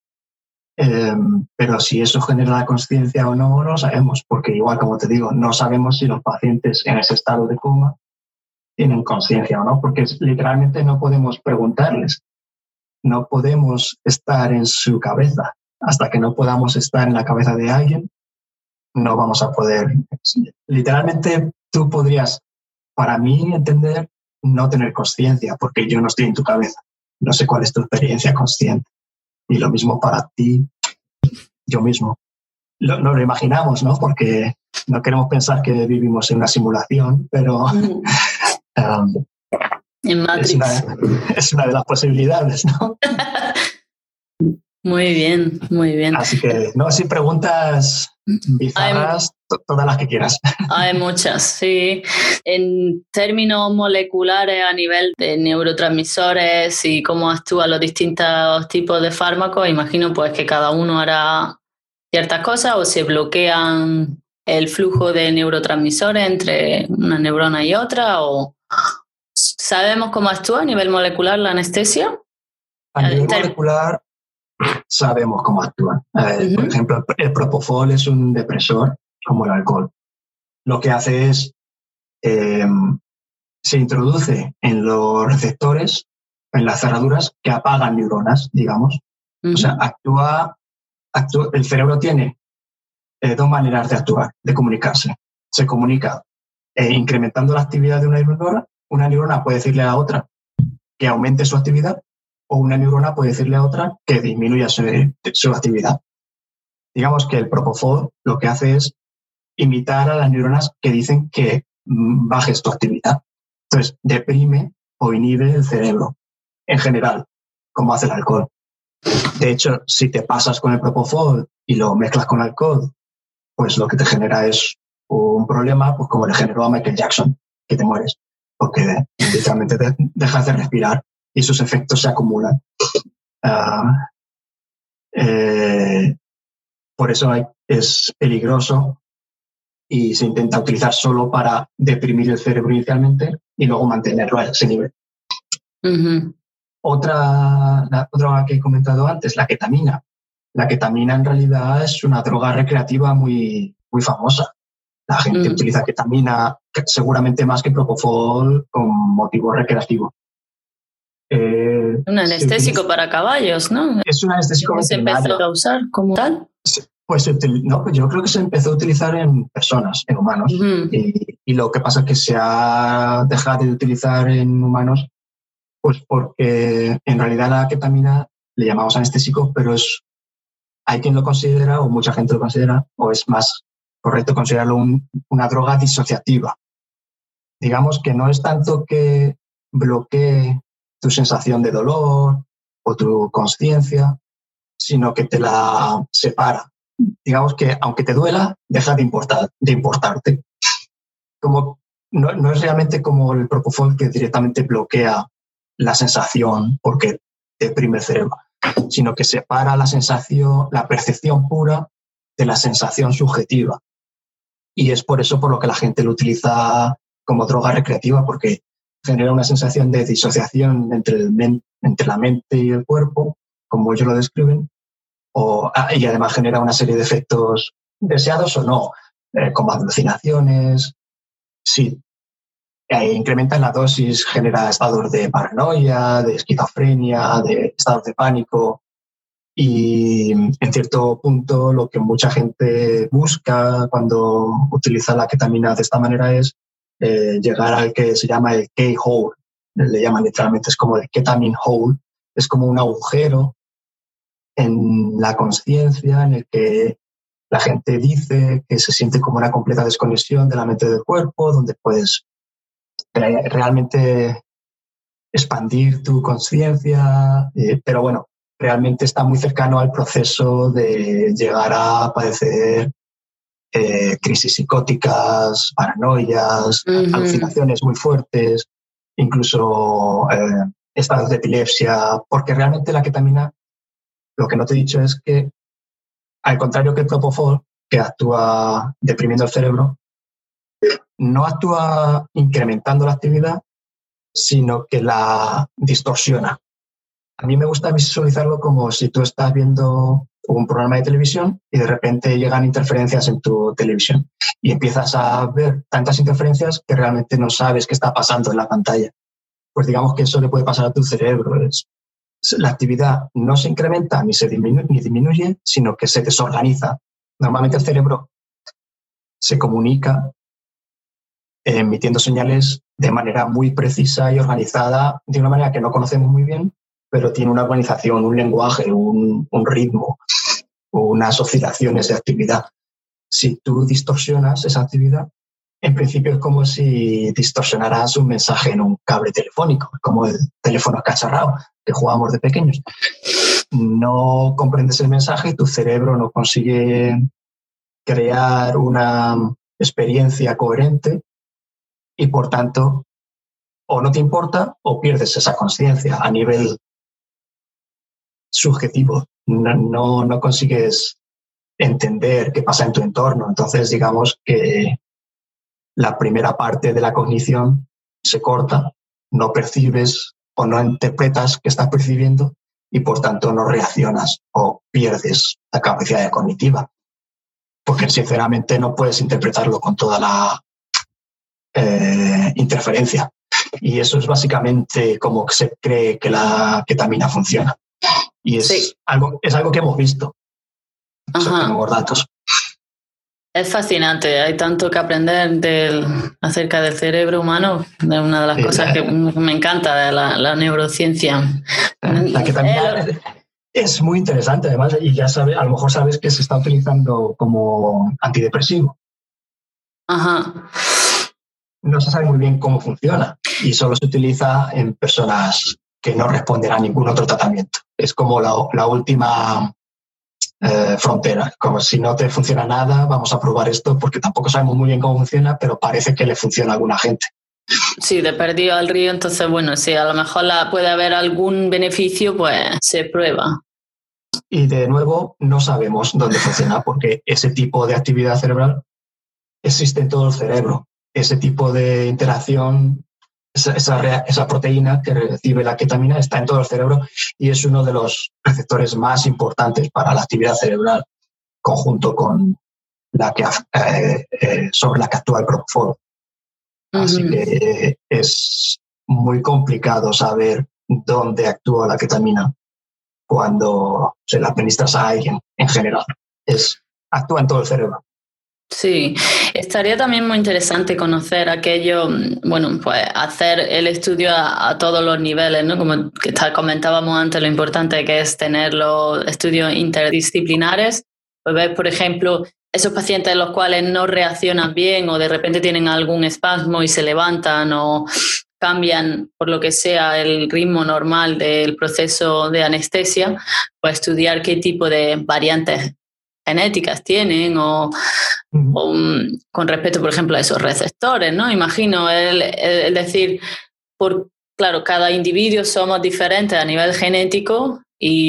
Pero si eso genera la consciencia o no, no lo sabemos, porque igual, como te digo, no sabemos si los pacientes en ese estado de coma tienen conciencia o no, porque literalmente no podemos preguntarles, no podemos estar en su cabeza. Hasta que no podamos estar en la cabeza de alguien, no vamos a poder. Literalmente tú podrías, para mí entender, no tener consciencia, porque yo no estoy en tu cabeza. No sé cuál es tu experiencia consciente. Y lo mismo para ti, yo mismo. No lo imaginamos, ¿no? Porque no queremos pensar que vivimos en una simulación, pero en Matrix. Es una de las posibilidades, ¿no? Muy bien, muy bien. Así que, no, si preguntas bizarras, todas las que quieras. Hay muchas, sí. En términos moleculares, a nivel de neurotransmisores y cómo actúan los distintos tipos de fármacos, imagino pues que cada uno hará ciertas cosas o se bloquean el flujo de neurotransmisores entre una neurona y otra, o ¿sabemos cómo actúa a nivel molecular la anestesia? A nivel molecular sabemos cómo actúan. Por ejemplo, el propofol es un depresor como el alcohol. Lo que hace es se introduce en los receptores, en las cerraduras que apagan neuronas, digamos. O sea, el cerebro tiene dos maneras de actuar, de comunicarse. Se comunica incrementando la actividad de una neurona. Una neurona puede decirle a la otra que aumente su actividad, o una neurona puede decirle a otra que disminuya su actividad. Digamos que el propofol lo que hace es imitar a las neuronas que dicen que bajes tu actividad. Entonces, deprime o inhibe el cerebro, en general, como hace el alcohol. De hecho, si te pasas con el propofol y lo mezclas con alcohol, pues lo que te genera es un problema, pues como le generó a Michael Jackson, que te mueres, porque literalmente dejas de respirar y sus efectos se acumulan. Por eso es peligroso y se intenta utilizar solo para deprimir el cerebro inicialmente y luego mantenerlo a ese nivel. Uh-huh. Otra que he comentado antes, la ketamina. La ketamina en realidad es una droga recreativa muy, muy famosa. La gente utiliza ketamina seguramente más que propofol con motivo recreativo. Un anestésico para caballos, ¿no? Es un anestésico veterinario. ¿Se empezó a usar como tal? Pues yo creo que se empezó a utilizar en personas, en humanos. Uh-huh. Y lo que pasa es que se ha dejado de utilizar en humanos, pues porque en realidad la ketamina le llamamos anestésico, pero hay quien lo considera, o mucha gente lo considera, o es más correcto considerarlo una droga disociativa. Digamos que no es tanto que bloquee tu sensación de dolor o tu consciencia, sino que te la separa. Digamos que aunque te duela, deja de importarte. Como, no es realmente como el propofol que directamente bloquea la sensación porque deprime el cerebro, sino que separa la sensación, la percepción pura de la sensación subjetiva. Y es por eso por lo que la gente lo utiliza como droga recreativa, porque genera una sensación de disociación entre la mente y el cuerpo, como ellos lo describen, y además genera una serie de efectos deseados o no, como alucinaciones. Sí, incrementa la dosis, genera estados de paranoia, de esquizofrenia, de estados de pánico. Y en cierto punto lo que mucha gente busca cuando utiliza la ketamina de esta manera es llegar al que se llama el K-hole. Le llaman literalmente, es como el ketamine hole. Es como un agujero en la conciencia en el que la gente dice que se siente como una completa desconexión de la mente y del cuerpo, donde puedes realmente expandir tu conciencia, pero bueno, realmente está muy cercano al proceso de llegar a padecer crisis psicóticas, paranoias, alucinaciones muy fuertes, incluso estados de epilepsia, porque realmente la ketamina, lo que no te he dicho es que, al contrario que el propofol, que actúa deprimiendo el cerebro, no actúa incrementando la actividad, sino que la distorsiona. A mí me gusta visualizarlo como si tú estás viendo un programa de televisión y de repente llegan interferencias en tu televisión y empiezas a ver tantas interferencias que realmente no sabes qué está pasando en la pantalla. Pues digamos que eso le puede pasar a tu cerebro. La actividad no se incrementa ni disminuye, sino que se desorganiza. Normalmente el cerebro se comunica emitiendo señales de manera muy precisa y organizada, de una manera que no conocemos muy bien, pero tiene una organización, un lenguaje, un ritmo, unas oscilaciones de actividad. Si tú distorsionas esa actividad, en principio es como si distorsionaras un mensaje en un cable telefónico, como el teléfono escacharrado que jugábamos de pequeños. No comprendes el mensaje y tu cerebro no consigue crear una experiencia coherente y, por tanto, o no te importa o pierdes esa conciencia a nivel subjetivo. No consigues entender qué pasa en tu entorno. Entonces, digamos que la primera parte de la cognición se corta, no percibes o no interpretas qué estás percibiendo y, por tanto, no reaccionas o pierdes la capacidad cognitiva. Porque, sinceramente, no puedes interpretarlo con toda la interferencia. Y eso es básicamente como se cree que la ketamina funciona. Y es algo que hemos visto. Tenemos datos. Es fascinante, hay tanto que aprender acerca del cerebro humano, de una de las cosas que me encanta de la neurociencia. La ketamina es muy interesante, además, y ya sabes, a lo mejor sabes que se está utilizando como antidepresivo. Ajá. No se sabe muy bien cómo funciona y solo se utiliza en personas que no responden a ningún otro tratamiento. Es como la última frontera, como si no te funciona nada, vamos a probar esto porque tampoco sabemos muy bien cómo funciona, pero parece que le funciona a alguna gente. Sí, de perdido al río, entonces bueno, si a lo mejor puede haber algún beneficio, pues se prueba. Y de nuevo, no sabemos dónde funciona porque ese tipo de actividad cerebral existe en todo el cerebro. Ese tipo de interacción, esa proteína que recibe la ketamina está en todo el cerebro y es uno de los receptores más importantes para la actividad cerebral, conjunto con la que sobre la que actúa el propofol. Así que es muy complicado saber dónde actúa la ketamina cuando se la administras a alguien en general. Actúa en todo el cerebro. Sí, estaría también muy interesante conocer aquello, bueno, pues hacer el estudio a todos los niveles, ¿no? Como que comentábamos antes, lo importante que es tener los estudios interdisciplinares. Pues ver, por ejemplo, esos pacientes los cuales no reaccionan bien o de repente tienen algún espasmo y se levantan o cambian, por lo que sea, el ritmo normal del proceso de anestesia, pues estudiar qué tipo de variantes genéticas tienen o con respecto, por ejemplo, a esos receptores, ¿no? Imagino el decir, claro, cada individuo somos diferentes a nivel genético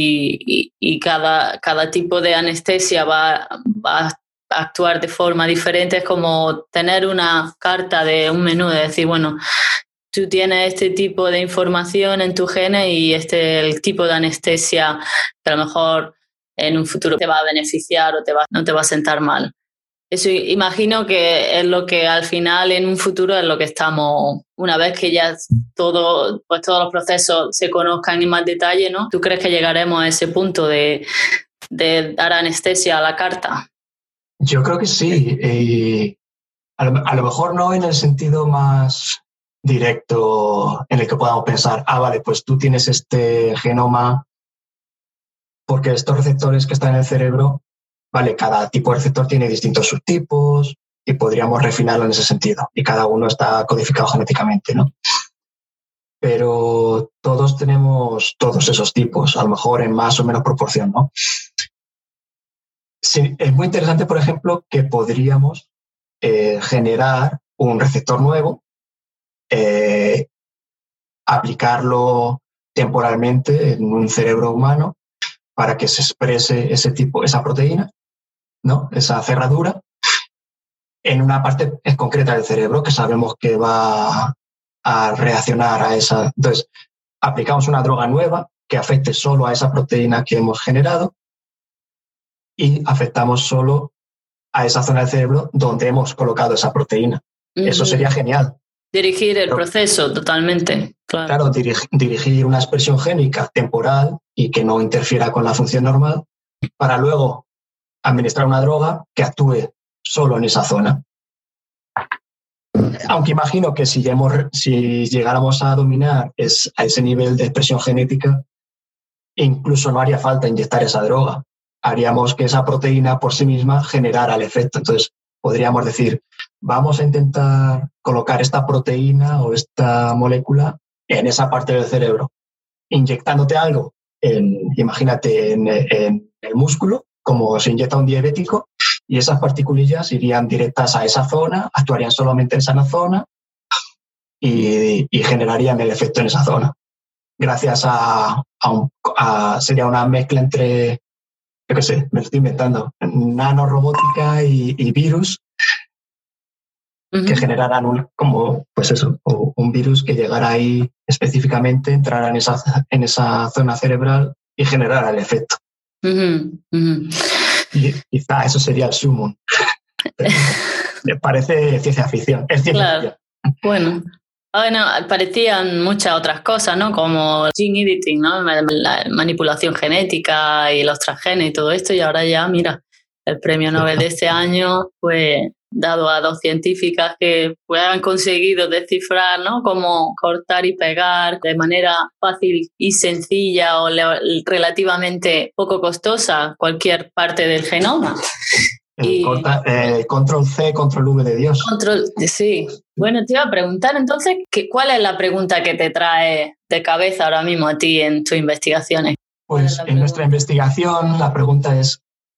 y cada tipo de anestesia va a actuar de forma diferente. Es como tener una carta de un menú, de decir, bueno, tú tienes este tipo de información en tu genes y el tipo de anestesia que a lo mejor en un futuro te va a beneficiar o no te va a sentar mal. Eso imagino que es lo que al final en un futuro es lo que estamos, una vez que ya todos los procesos se conozcan en más detalle, ¿no? ¿Tú crees que llegaremos a ese punto de dar anestesia a la carta? Yo creo que sí. A lo mejor no en el sentido más directo en el que podamos pensar, vale, pues tú tienes este genoma porque estos receptores que están en el cerebro, vale, cada tipo de receptor tiene distintos subtipos y podríamos refinarlo en ese sentido y cada uno está codificado genéticamente, ¿no? Pero todos tenemos todos esos tipos, a lo mejor en más o menos proporción, ¿no? Sí, es muy interesante, por ejemplo, que podríamos generar un receptor nuevo, aplicarlo temporalmente en un cerebro humano para que se exprese esa proteína, ¿no? Esa cerradura, en una parte concreta del cerebro que sabemos que va a reaccionar a esa. Entonces, aplicamos una droga nueva que afecte solo a esa proteína que hemos generado y afectamos solo a esa zona del cerebro donde hemos colocado esa proteína. Eso sería genial. Dirigir el proceso totalmente. Claro, dirigir una expresión génica temporal y que no interfiera con la función normal para luego administrar una droga que actúe solo en esa zona. Aunque imagino que si llegáramos a dominar a ese nivel de expresión genética, incluso no haría falta inyectar esa droga. Haríamos que esa proteína por sí misma generara el efecto. Entonces, podríamos decir, vamos a intentar colocar esta proteína o esta molécula en esa parte del cerebro, inyectándote algo, imagínate, en el músculo, como se inyecta un diabético, y esas partículas irían directas a esa zona, actuarían solamente en esa zona y generarían el efecto en esa zona. Gracias sería una mezcla entre, yo qué sé, me lo estoy inventando, nanorobótica y virus, que generaran un virus que llegara ahí específicamente, entrara en esa zona cerebral y generara el efecto. Y quizá eso sería el sumum. Me parece ciencia ficción. Es ciencia ficción. Bueno, parecían muchas otras cosas, ¿no? Como gene editing, ¿no? La manipulación genética y los transgenes y todo esto, y ahora ya, mira, el premio Nobel de este año fue dado a 2 científicas que pues, han conseguido descifrar, ¿no?, cómo cortar y pegar de manera fácil y sencilla o relativamente poco costosa cualquier parte del genoma. Control C, Control V de Dios. Sí. Bueno, te iba a preguntar entonces, ¿cuál es la pregunta que te trae de cabeza ahora mismo a ti en tus investigaciones? Pues en nuestra investigación la pregunta es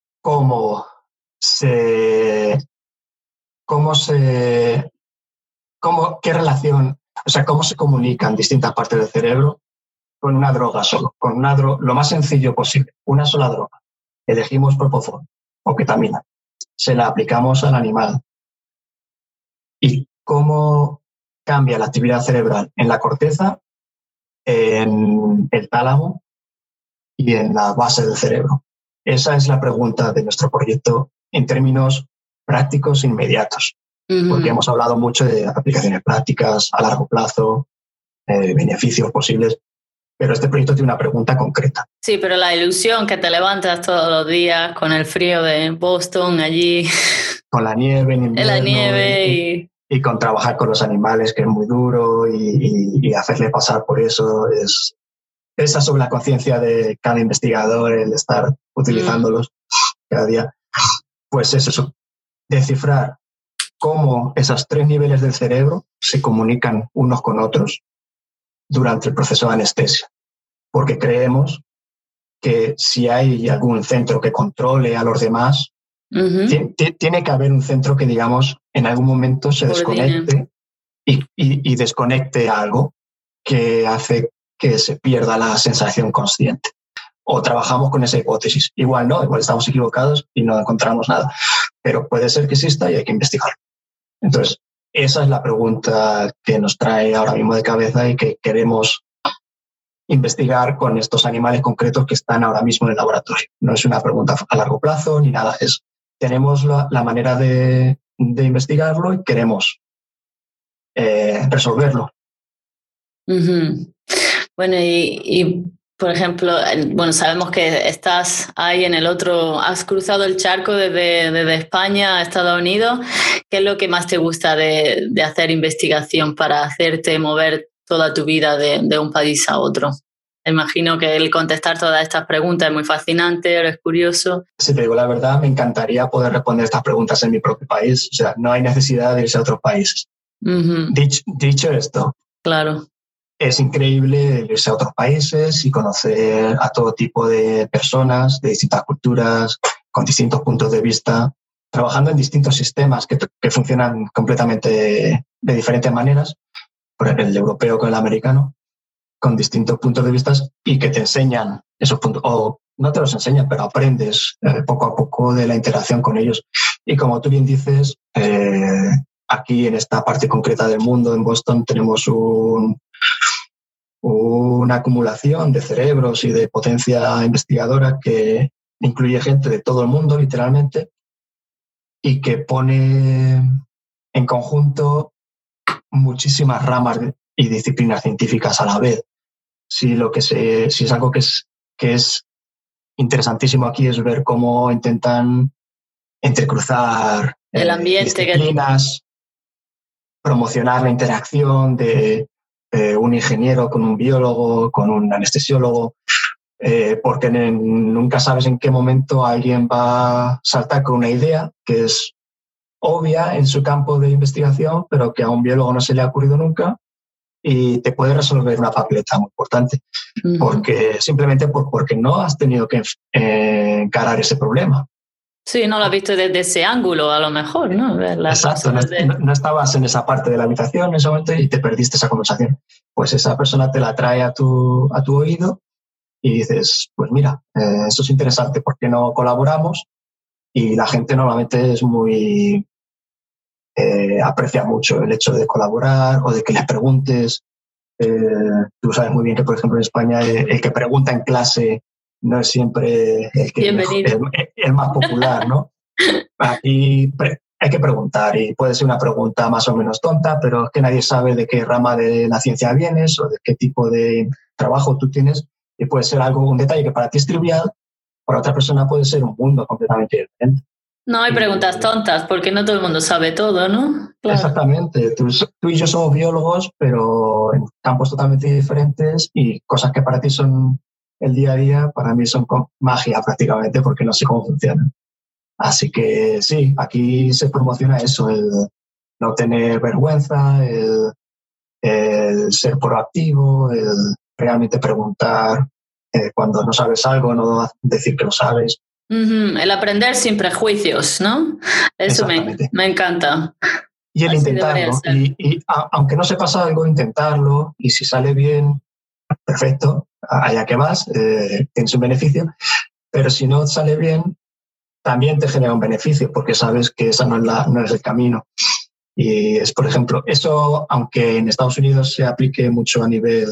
qué relación, o sea, cómo se comunican distintas partes del cerebro con una droga solo, lo más sencillo posible, una sola droga. Elegimos propofol o ketamina, se la aplicamos al animal. ¿Y cómo cambia la actividad cerebral en la corteza, en el tálamo y en la base del cerebro? Esa es la pregunta de nuestro proyecto en términos prácticos e inmediatos, porque hemos hablado mucho de aplicaciones prácticas a largo plazo, beneficios posibles, pero este proyecto tiene una pregunta concreta. Sí, pero la ilusión que te levantas todos los días con el frío de Boston allí. Con la nieve en invierno. La nieve y con trabajar con los animales, que es muy duro, y hacerle pasar por eso es... Esa sobre la conciencia de cada investigador, el estar utilizándolos cada día. Pues es eso, descifrar cómo esos 3 niveles del cerebro se comunican unos con otros durante el proceso de anestesia. Porque creemos que si hay algún centro que controle a los demás, tiene que haber un centro que, digamos, en algún momento se desconecte y desconecte algo que hace que se pierda la sensación consciente. O trabajamos con esa hipótesis. Igual no, igual estamos equivocados y no encontramos nada. Pero puede ser que exista y hay que investigarlo. Entonces, esa es la pregunta que nos trae ahora mismo de cabeza y que queremos investigar con estos animales concretos que están ahora mismo en el laboratorio. No es una pregunta a largo plazo ni nada. Tenemos la manera de investigarlo y queremos resolverlo. Bueno, y por ejemplo, sabemos que estás ahí en el otro, has cruzado el charco desde España a Estados Unidos. ¿Qué es lo que más te gusta de hacer investigación para hacerte mover toda tu vida de un país a otro? Imagino que el contestar todas estas preguntas es muy fascinante, eres curioso. Si te digo la verdad, me encantaría poder responder estas preguntas en mi propio país. O sea, no hay necesidad de irse a otros países. Dicho esto, claro, es increíble irse a otros países y conocer a todo tipo de personas de distintas culturas, con distintos puntos de vista, trabajando en distintos sistemas que funcionan completamente de diferentes maneras, por ejemplo, el europeo con el americano, con distintos puntos de vista y que te enseñan esos puntos, o no te los enseñan, pero aprendes poco a poco de la interacción con ellos. Y como tú bien dices, aquí en esta parte concreta del mundo, en Boston, tenemos una acumulación de cerebros y de potencia investigadora que incluye gente de todo el mundo, literalmente, y que pone en conjunto muchísimas ramas y disciplinas científicas a la vez. Si es algo que es interesantísimo aquí es ver cómo intentan entrecruzar el ambiente, disciplinas, promocionar la interacción de un ingeniero con un biólogo, con un anestesiólogo, porque nunca sabes en qué momento alguien va a saltar con una idea que es obvia en su campo de investigación, pero que a un biólogo no se le ha ocurrido nunca y te puede resolver una papeleta muy importante, simplemente porque no has tenido que encarar ese problema. Sí, no lo has visto desde ese ángulo, a lo mejor, ¿no? Exacto, no estabas en esa parte de la habitación en ese momento y te perdiste esa conversación. Pues esa persona te la trae a tu oído y dices, pues mira, esto es interesante, ¿por qué no colaboramos? Y la gente normalmente es muy... aprecia mucho el hecho de colaborar o de que les preguntes. Tú sabes muy bien que, por ejemplo, en España el que pregunta en clase no es siempre el más popular, ¿no? Aquí hay que preguntar y puede ser una pregunta más o menos tonta, pero es que nadie sabe de qué rama de la ciencia vienes o de qué tipo de trabajo tú tienes y puede ser un detalle que para ti es trivial, para otra persona puede ser un mundo completamente diferente. No hay preguntas tontas, porque no todo el mundo sabe todo, ¿no? Claro. Exactamente. Tú y yo somos biólogos, pero en campos totalmente diferentes, y cosas que para ti son el día a día, para mí son magia prácticamente, porque no sé cómo funcionan. Así que sí, aquí se promociona eso, el no tener vergüenza, el ser proactivo, el realmente preguntar cuando no sabes algo, no decir que lo sabes. El aprender sin prejuicios, ¿no? Eso me encanta. Y el así intentarlo. Y aunque no sepas algo, intentarlo. Y si sale bien, perfecto, allá que vas, tienes un beneficio. Pero si no sale bien, también te genera un beneficio, porque sabes que esa no es el camino. Y es, por ejemplo, eso, aunque en Estados Unidos se aplique mucho a nivel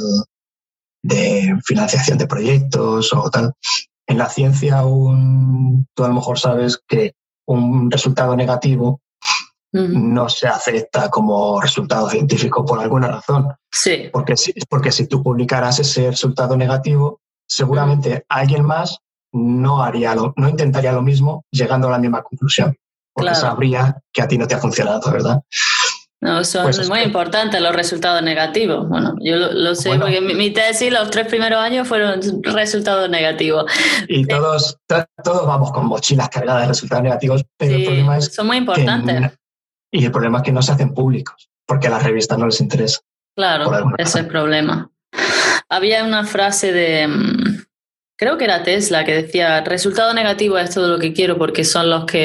de financiación de proyectos o tal, en la ciencia tú a lo mejor sabes que un resultado negativo no se acepta como resultado científico por alguna razón. Sí. Porque si tú publicaras ese resultado negativo, seguramente alguien más no intentaría lo mismo llegando a la misma conclusión, porque sabría que a ti no te ha funcionado, ¿verdad? No, son muy importantes los resultados negativos. Bueno, yo lo sé porque mi tesis, los 3 primeros años fueron resultados negativos. Y todos vamos con mochilas cargadas de resultados negativos, pero el problema es son muy importantes. Y el problema es que no se hacen públicos, porque a las revistas no les interesa. Claro, ese es el problema. Había una frase de, creo que era Tesla, que decía, resultado negativo es todo lo que quiero porque son los que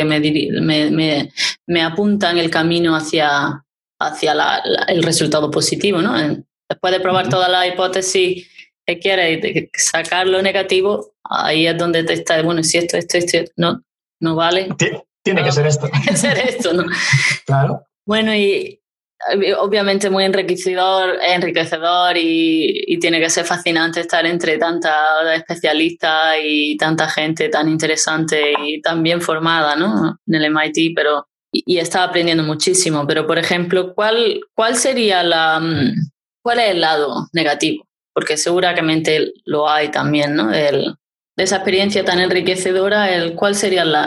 me apuntan el camino hacia el resultado positivo, ¿no? Después de probar toda la hipótesis que quieres y sacar lo negativo, ahí es donde te está, bueno, si esto no vale. Tiene que ser esto. Tiene que ser esto, ¿no? Claro. Bueno, y obviamente muy enriquecedor y tiene que ser fascinante estar entre tantas especialistas y tanta gente tan interesante y tan bien formada, ¿no? En el MIT, pero y estaba aprendiendo muchísimo. Pero, por ejemplo, ¿cuál sería cuál es el lado negativo? Porque seguramente lo hay también, ¿no? De esa experiencia tan enriquecedora, ¿cuál sería el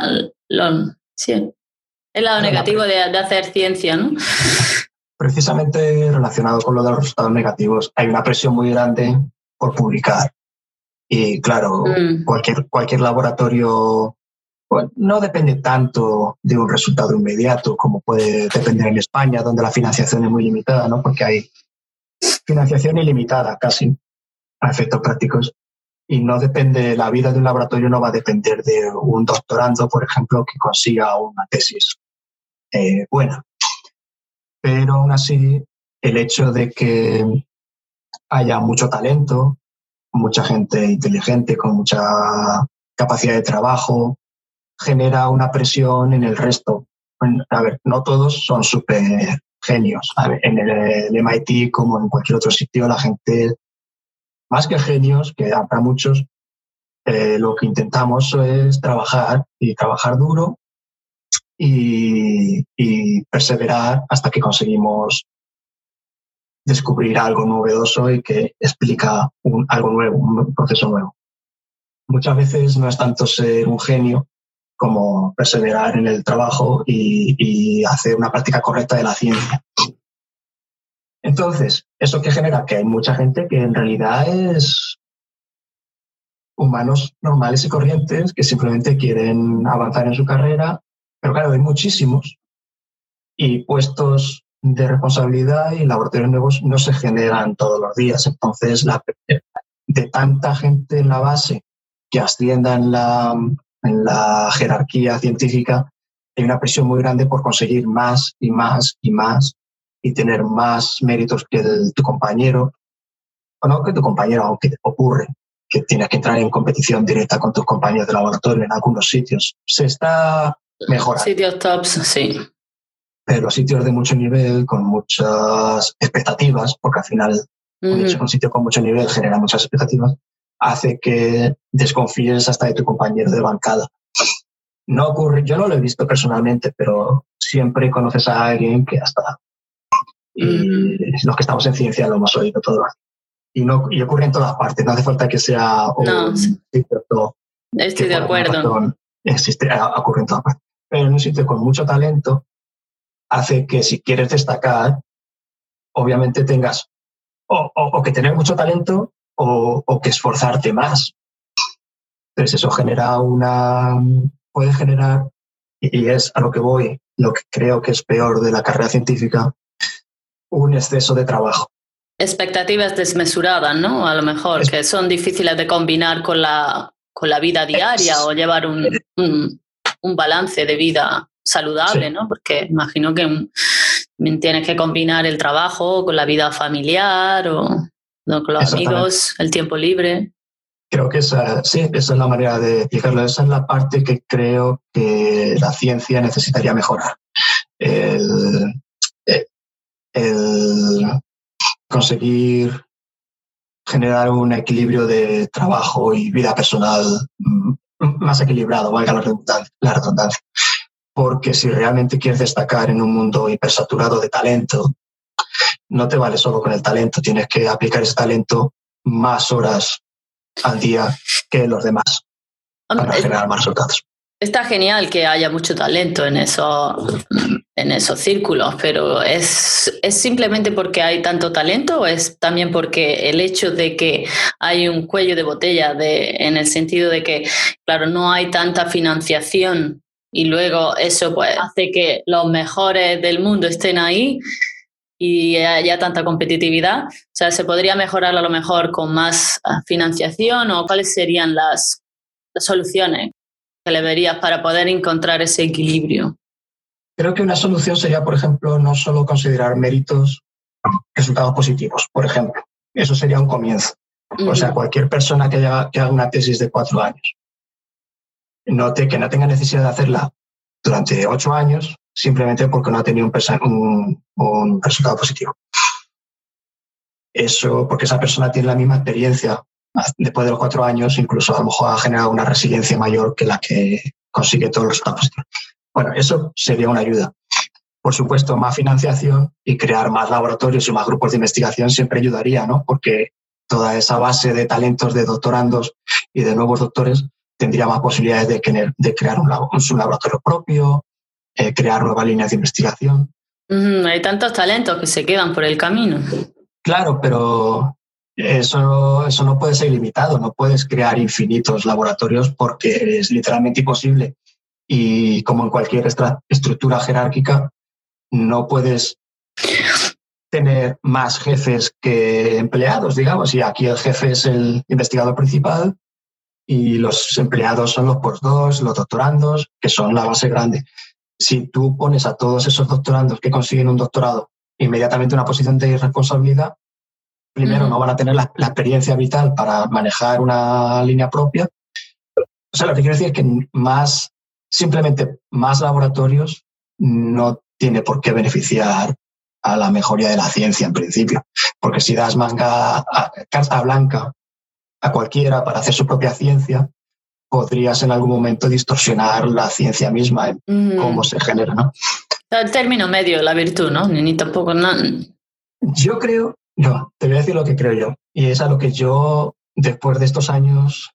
lado negativo de hacer ciencia, ¿no? Precisamente relacionado con lo de los resultados negativos, hay una presión muy grande por publicar. Y claro, cualquier laboratorio no depende tanto de un resultado inmediato como puede depender en España, donde la financiación es muy limitada, ¿no? Porque hay financiación ilimitada casi a efectos prácticos. Y no depende, la vida de un laboratorio no va a depender de un doctorando, por ejemplo, que consiga una tesis buena. Pero aún así, el hecho de que haya mucho talento, mucha gente inteligente con mucha capacidad de trabajo, genera una presión en el resto. A ver, no todos son súper genios. A ver, en el MIT, como en cualquier otro sitio, la gente, más que genios, que habrá muchos, lo que intentamos es trabajar y trabajar duro y perseverar hasta que conseguimos descubrir algo novedoso y que explica algo nuevo, un proceso nuevo. Muchas veces no es tanto ser un genio como perseverar en el trabajo y hacer una práctica correcta de la ciencia. Entonces, ¿eso qué genera? Que hay mucha gente que en realidad es humanos normales y corrientes que simplemente quieren avanzar en su carrera, pero claro, hay muchísimos y puestos de responsabilidad y laboratorios nuevos no se generan todos los días. Entonces, de tanta gente en la base que ascienda en la jerarquía científica, hay una presión muy grande por conseguir más y más y más y tener más méritos que tu compañero, o no que tu compañero, aunque ocurre que tienes que entrar en competición directa con tus compañeros de laboratorio en algunos sitios. Se está mejorando. Sitios tops, sí. Pero sitios de mucho nivel, con muchas expectativas, porque al final un sitio con mucho nivel genera muchas expectativas, hace que desconfíes hasta de tu compañero de bancada. No ocurre, yo no lo he visto personalmente, pero siempre conoces a alguien que hasta... Y los que estamos en ciencia lo hemos oído todo. Y ocurre en todas partes, no hace falta que sea un sitio. Estoy de acuerdo. Ocurre en todas partes. pero en un sitio con mucho talento hace que si quieres destacar, obviamente tengas o que tener mucho talento o que esforzarte más. Entonces eso puede generar, y es a lo que voy, lo que creo que es peor de la carrera científica, un exceso de trabajo. Expectativas desmesuradas, ¿no? A lo mejor, que son difíciles de combinar con la vida diaria o llevar un balance de vida saludable, sí. ¿no? Porque imagino que tienes que combinar el trabajo con la vida familiar o con los amigos, el tiempo libre. Creo que esa es la manera de explicarlo. Esa es la parte que creo que la ciencia necesitaría mejorar. El conseguir generar un equilibrio de trabajo y vida personal más equilibrado, valga la redundancia. Porque si realmente quieres destacar en un mundo hipersaturado de talento, no te vale solo con el talento, tienes que aplicar ese talento más horas al día que los demás para generar más resultados. Está genial que haya mucho talento en esos círculos, pero ¿es simplemente porque hay tanto talento o es también porque el hecho de que hay un cuello de botella en el sentido de que, claro, no hay tanta financiación y luego eso pues hace que los mejores del mundo estén ahí y haya tanta competitividad? O sea, ¿se podría mejorar a lo mejor con más financiación o cuáles serían las soluciones que le verías para poder encontrar ese equilibrio? Creo que una solución sería, por ejemplo, no solo considerar méritos, resultados positivos, por ejemplo. Eso sería un comienzo. O sea, cualquier persona que haga una tesis de 4 años, que no tenga necesidad de hacerla durante 8 años, simplemente porque no ha tenido un resultado positivo. Eso porque esa persona tiene la misma experiencia. Después de los 4 años, incluso a lo mejor ha generado una resiliencia mayor que la que consigue todos los resultados positivos. Bueno, eso sería una ayuda. Por supuesto, más financiación y crear más laboratorios y más grupos de investigación siempre ayudaría, ¿no? Porque toda esa base de talentos de doctorandos y de nuevos doctores tendría más posibilidades de crear un laboratorio propio, crear nuevas líneas de investigación. Hay tantos talentos que se quedan por el camino. Claro, pero eso no puede ser ilimitado. No puedes crear infinitos laboratorios porque es literalmente imposible. Y como en cualquier estructura jerárquica, no puedes tener más jefes que empleados, digamos. Y aquí el jefe es el investigador principal y los empleados son los postdocs, los doctorandos, que son la base grande. Si tú pones a todos esos doctorandos que consiguen un doctorado inmediatamente una posición de responsabilidad, primero no van a tener la experiencia vital para manejar una línea propia. O sea, lo que quiero decir es que simplemente más laboratorios no tiene por qué beneficiar a la mejoría de la ciencia en principio. Porque si das carta blanca a cualquiera para hacer su propia ciencia, podrías en algún momento distorsionar la ciencia misma en cómo se genera, ¿no? El término medio, la virtud, ¿no? Ni tampoco nada. Yo creo, no, te voy a decir lo que creo yo. Y es a lo que yo, después de estos años,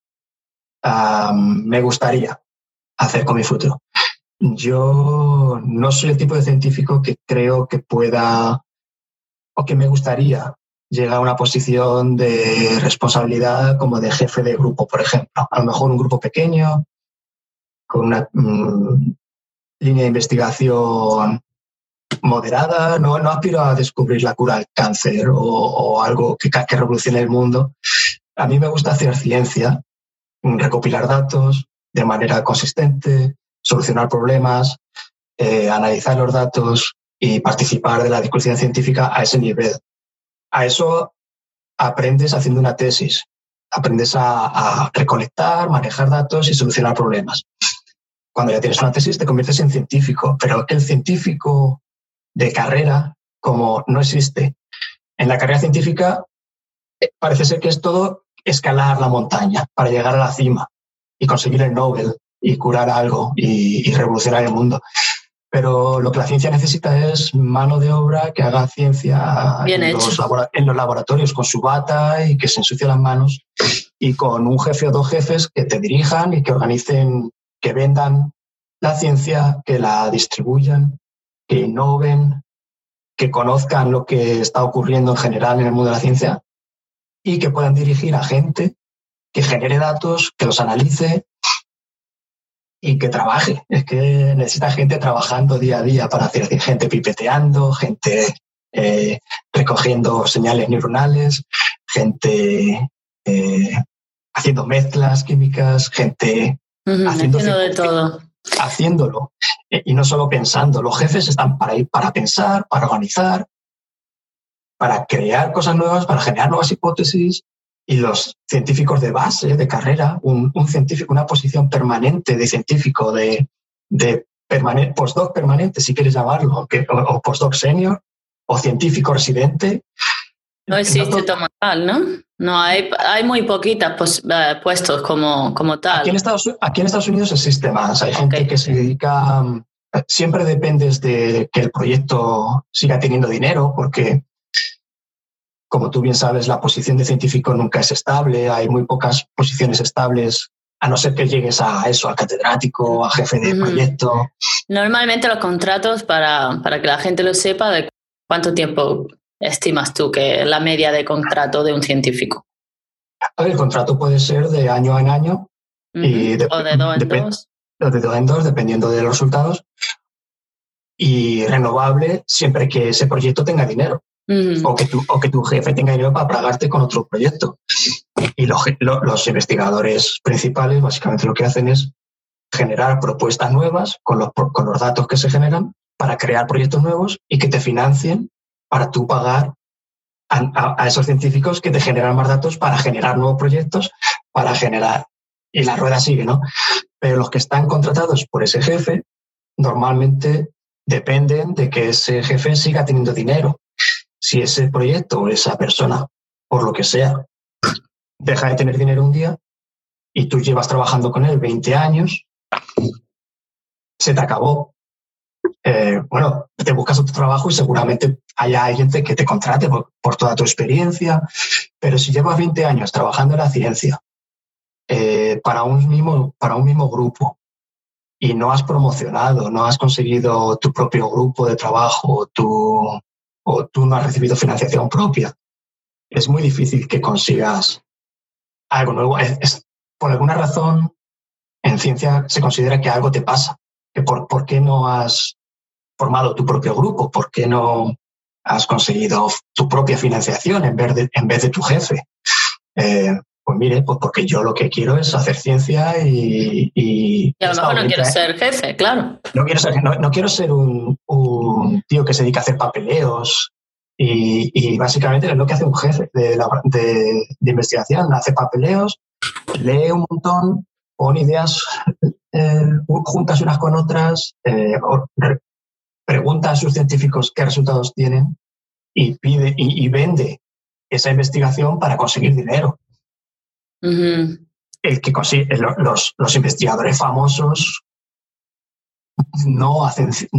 me gustaría hacer con mi futuro. Yo no soy el tipo de científico que creo que pueda o que me gustaría llegar a una posición de responsabilidad como de jefe de grupo, por ejemplo. A lo mejor un grupo pequeño, con una línea de investigación moderada. No aspiro a descubrir la cura al cáncer o algo que revolucione el mundo. A mí me gusta hacer ciencia, recopilar datos de manera consistente, solucionar problemas, analizar los datos y participar de la discusión científica a ese nivel. A eso aprendes haciendo una tesis. Aprendes a recolectar, manejar datos y solucionar problemas. Cuando ya tienes una tesis te conviertes en científico, pero el científico de carrera, como no existe. En la carrera científica parece ser que es todo escalar la montaña para llegar a la cima y conseguir el Nobel y curar algo y revolucionar el mundo. Pero lo que la ciencia necesita es mano de obra que haga ciencia en los laboratorios con su bata y que se ensucie las manos y con un jefe o 2 jefes que te dirijan y que organicen, que vendan la ciencia, que la distribuyan, que innoven, que conozcan lo que está ocurriendo en general en el mundo de la ciencia y que puedan dirigir a gente que genere datos, que los analice y que trabaje. Es que necesita gente trabajando día a día para hacer, gente pipeteando, gente recogiendo señales neuronales, gente haciendo mezclas químicas, gente haciendo de todo. Haciéndolo y no solo pensando. Los jefes están para pensar, para organizar, para crear cosas nuevas, para generar nuevas hipótesis, y los científicos de base, de carrera, un científico, una posición permanente de científico, de postdoc permanente, si quieres llamarlo, o postdoc senior, o científico residente. No existe como tal, ¿no? No, hay muy poquitas puestos como tal. Aquí en Estados Unidos existe más. Hay gente que se dedica... Siempre dependes de que el proyecto siga teniendo dinero, porque, como tú bien sabes, la posición de científico nunca es estable. Hay muy pocas posiciones estables, a no ser que llegues a eso, a catedrático, a jefe de proyecto. Normalmente los contratos, para que la gente lo sepa, ¿de cuánto tiempo estimas tú que es la media de contrato de un científico? El contrato puede ser de año en año. Y o de 2 en 2. De 2 en 2, dependiendo de los resultados. Y renovable siempre que ese proyecto tenga dinero. O que tu jefe tenga dinero para pagarte con otro proyecto. Y los investigadores principales básicamente lo que hacen es generar propuestas nuevas con los datos que se generan para crear proyectos nuevos y que te financien para tú pagar a esos científicos que te generan más datos para generar nuevos proyectos, para generar... Y la rueda sigue, ¿no? Pero los que están contratados por ese jefe normalmente dependen de que ese jefe siga teniendo dinero. Si ese proyecto o esa persona, por lo que sea, deja de tener dinero un día y tú llevas trabajando con él 20 años, se te acabó. Bueno, te buscas otro trabajo y seguramente haya alguien que te contrate por toda tu experiencia, pero si llevas 20 años trabajando en la ciencia para un mismo grupo y no has promocionado, no has conseguido tu propio grupo de trabajo o tú no has recibido financiación propia, es muy difícil que consigas algo nuevo. Por alguna razón, en ciencia se considera que algo te pasa, que ¿por qué no has formado tu propio grupo? ¿Por qué no has conseguido tu propia financiación en vez de tu jefe? Pues mire, pues porque yo lo que quiero es hacer ciencia y a lo mejor no quiero ser jefe, claro. No quiero ser un tío que se dedica a hacer papeleos y básicamente es lo que hace un jefe de investigación. Hace papeleos, lee un montón, pone ideas juntas unas con otras, pregunta a sus científicos qué resultados tienen y pide y vende esa investigación para conseguir dinero. El que consigue, los investigadores famosos no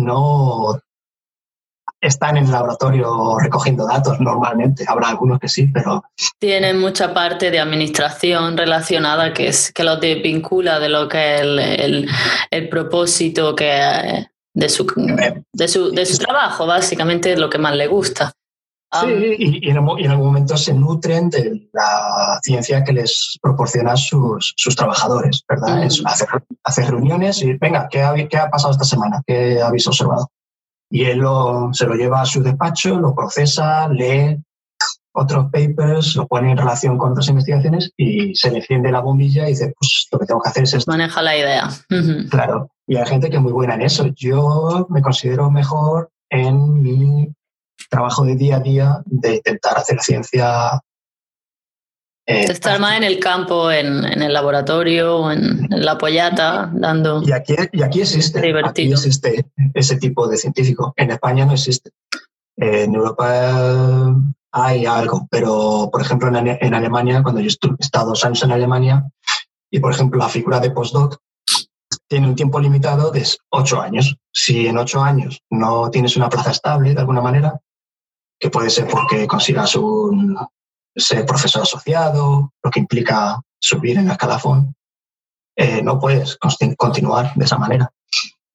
están en el laboratorio recogiendo datos normalmente. Habrá algunos que sí, pero... Tienen mucha parte de administración relacionada que los desvincula de lo que es el propósito de su trabajo, básicamente es lo que más le gusta. Sí, y en algún momento se nutren de la ciencia que les proporcionan sus trabajadores, ¿verdad? Es hacer reuniones y, venga, ¿qué ha pasado esta semana? ¿Qué habéis observado? Y él se lo lleva a su despacho, lo procesa, lee otros papers, lo pone en relación con otras investigaciones y se le enciende la bombilla y dice, pues lo que tengo que hacer es esto. Maneja la idea. Claro, y hay gente que es muy buena en eso. Yo me considero mejor en mi trabajo de día a día de intentar hacer ciencia. Estar más en el campo, en el laboratorio, en la pollata, dando... Y aquí existe ese tipo de científico. En España no existe. En Europa hay algo, pero, por ejemplo, en Alemania, cuando yo he estado 2 años en Alemania, y, por ejemplo, la figura de postdoc tiene un tiempo limitado de 8 años. Si en 8 años no tienes una plaza estable, de alguna manera, que puede ser porque consigas ser profesor asociado, lo que implica subir en el escalafón, no puedes continuar de esa manera.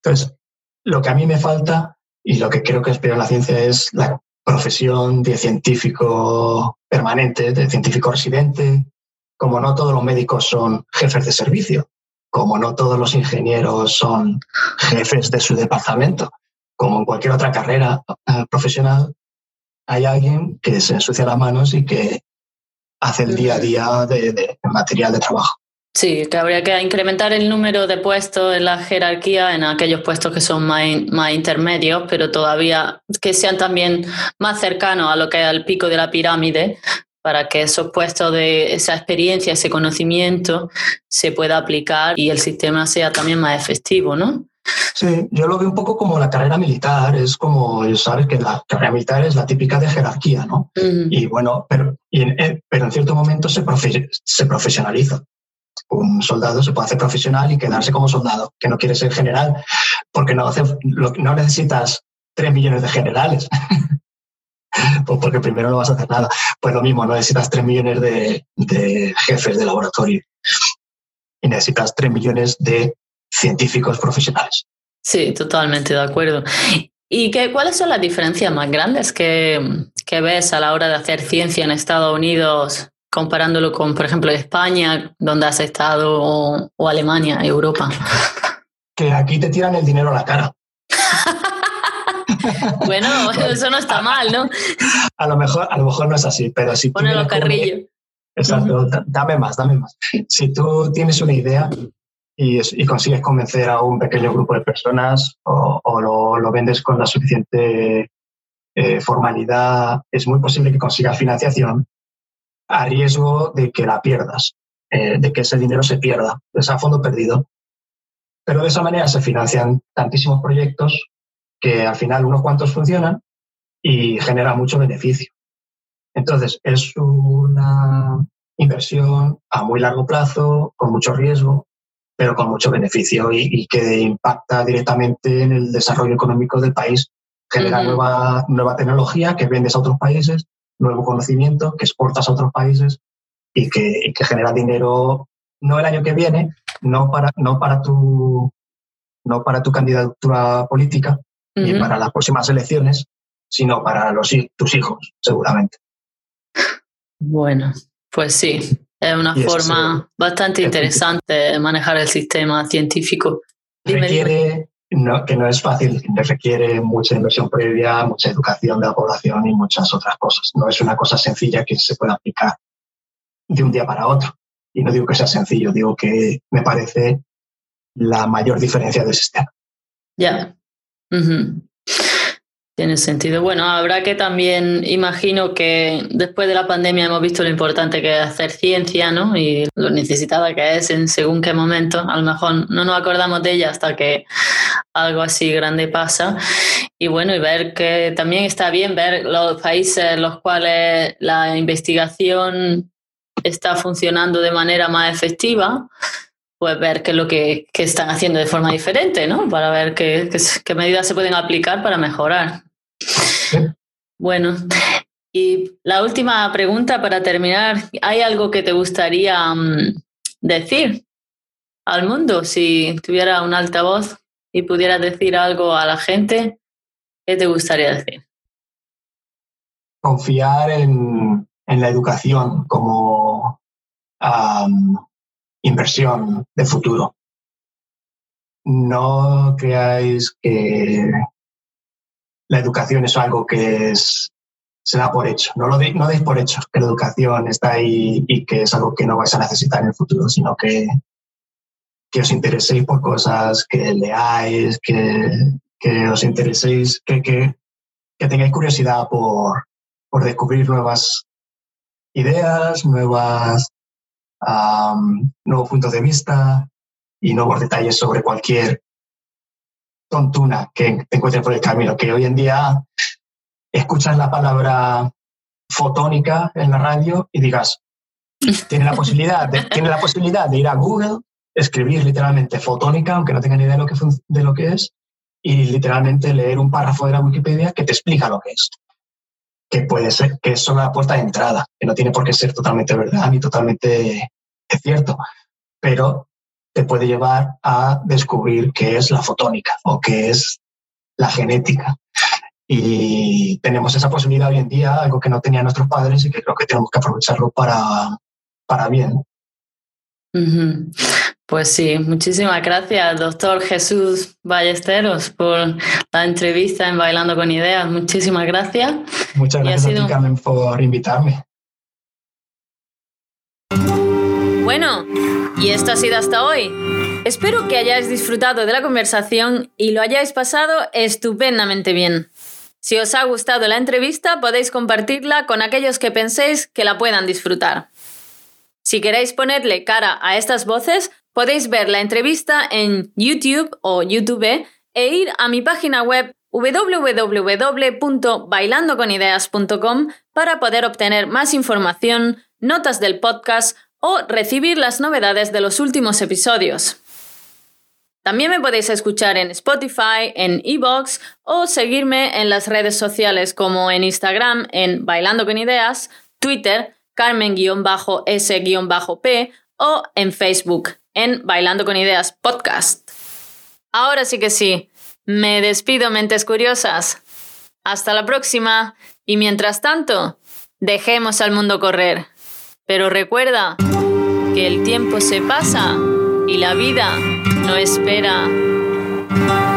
Entonces, lo que a mí me falta y lo que creo que es peor en la ciencia es la profesión de científico permanente, de científico residente. Como no todos los médicos son jefes de servicio, como no todos los ingenieros son jefes de su departamento, como en cualquier otra carrera profesional, hay alguien que se ensucia las manos y que hace el día a día de material de trabajo. Sí, que habría que incrementar el número de puestos en la jerarquía, en aquellos puestos que son más intermedios, pero todavía que sean también más cercanos a lo que es el pico de la pirámide, para que esos puestos de esa experiencia, ese conocimiento se pueda aplicar y el sistema sea también más efectivo, ¿no? Sí, yo lo veo un poco como la carrera militar. Es como, sabes que la carrera militar es la típica de jerarquía, ¿no? Y bueno, pero en cierto momento se profesionaliza. Un soldado se puede hacer profesional y quedarse como soldado, que no quiere ser general, porque no necesitas 3 millones de generales, pues porque primero no vas a hacer nada. Pues lo mismo, no necesitas 3 millones de jefes de laboratorio y necesitas 3 millones de científicos profesionales. Sí, totalmente de acuerdo. ¿Y cuáles son las diferencias más grandes que ves a la hora de hacer ciencia en Estados Unidos, comparándolo con, por ejemplo, España, donde has estado, o Alemania, Europa? Que aquí te tiran el dinero a la cara. Bueno, eso no está mal, ¿no? A lo mejor no es así, pero si pone los carrillos. Exacto, dame más. Si tú tienes una idea y consigues convencer a un pequeño grupo de personas o lo vendes con la suficiente formalidad, es muy posible que consigas financiación a riesgo de que la pierdas, de que ese dinero se pierda, es a fondo perdido. Pero de esa manera se financian tantísimos proyectos que al final unos cuantos funcionan y generan mucho beneficio. Entonces, es una inversión a muy largo plazo, con mucho riesgo, pero con mucho beneficio y que impacta directamente en el desarrollo económico del país. Genera nueva tecnología que vendes a otros países, nuevo conocimiento que exportas a otros países y que genera dinero no el año que viene, no para tu candidatura política ni para las próximas elecciones, sino para tus hijos, seguramente. Bueno, pues sí, es una forma bastante interesante de manejar el sistema científico. Que no es fácil, requiere mucha inversión previa, mucha educación de la población y muchas otras cosas. No es una cosa sencilla que se pueda aplicar de un día para otro. Y no digo que sea sencillo, digo que me parece la mayor diferencia del sistema. Ya. Tiene sentido. Bueno, habrá que también, imagino que después de la pandemia hemos visto lo importante que es hacer ciencia, ¿no? Y lo necesitada que es en según qué momento. A lo mejor no nos acordamos de ella hasta que algo así grande pasa. Y bueno, y ver que también está bien ver los países en los cuales la investigación está funcionando de manera más efectiva, pues ver qué es lo que están haciendo de forma diferente, ¿no? Para ver qué medidas se pueden aplicar para mejorar. Sí. Bueno, y la última pregunta para terminar. ¿Hay algo que te gustaría decir al mundo? Si tuviera un altavoz y pudieras decir algo a la gente, ¿qué te gustaría decir? Confiar en la educación como inversión de futuro. No creáis que la educación es algo que se da por hecho. No deis por hecho que la educación está ahí y que es algo que no vais a necesitar en el futuro, sino que os intereséis por cosas, que leáis, que os intereséis, que tengáis curiosidad por descubrir nuevas ideas, nuevos puntos de vista y nuevos detalles sobre cualquier tontuna que te encuentres por el camino, que hoy en día escuchas la palabra fotónica en la radio y digas, tiene la posibilidad de ir a Google, escribir literalmente fotónica, aunque no tenga ni idea de lo que es, y literalmente leer un párrafo de la Wikipedia que te explica lo que es. Que puede ser que es solo la puerta de entrada, que no tiene por qué ser totalmente verdad ni totalmente cierto, pero te puede llevar a descubrir qué es la fotónica o qué es la genética. Y tenemos esa posibilidad hoy en día, algo que no tenían nuestros padres y que creo que tenemos que aprovecharlo para bien. Uh-huh. Pues sí, muchísimas gracias, doctor Jesús Ballesteros, por la entrevista en Bailando con Ideas. Muchísimas gracias. Muchas gracias a ti, Carmen, por invitarme. Bueno, y esto ha sido hasta hoy. Espero que hayáis disfrutado de la conversación y lo hayáis pasado estupendamente bien. Si os ha gustado la entrevista, podéis compartirla con aquellos que penséis que la puedan disfrutar. Si queréis ponerle cara a estas voces, podéis ver la entrevista en YouTube o YouTube e ir a mi página web www.bailandoconideas.com para poder obtener más información, notas del podcast o recibir las novedades de los últimos episodios. También me podéis escuchar en Spotify, en iVoox o seguirme en las redes sociales como en Instagram en Bailando con Ideas, Twitter, Carmen-S-P o en Facebook en Bailando con Ideas Podcast. Ahora sí que sí, me despido, mentes curiosas. Hasta la próxima y mientras tanto, dejemos al mundo correr. Pero recuerda que el tiempo se pasa y la vida no espera.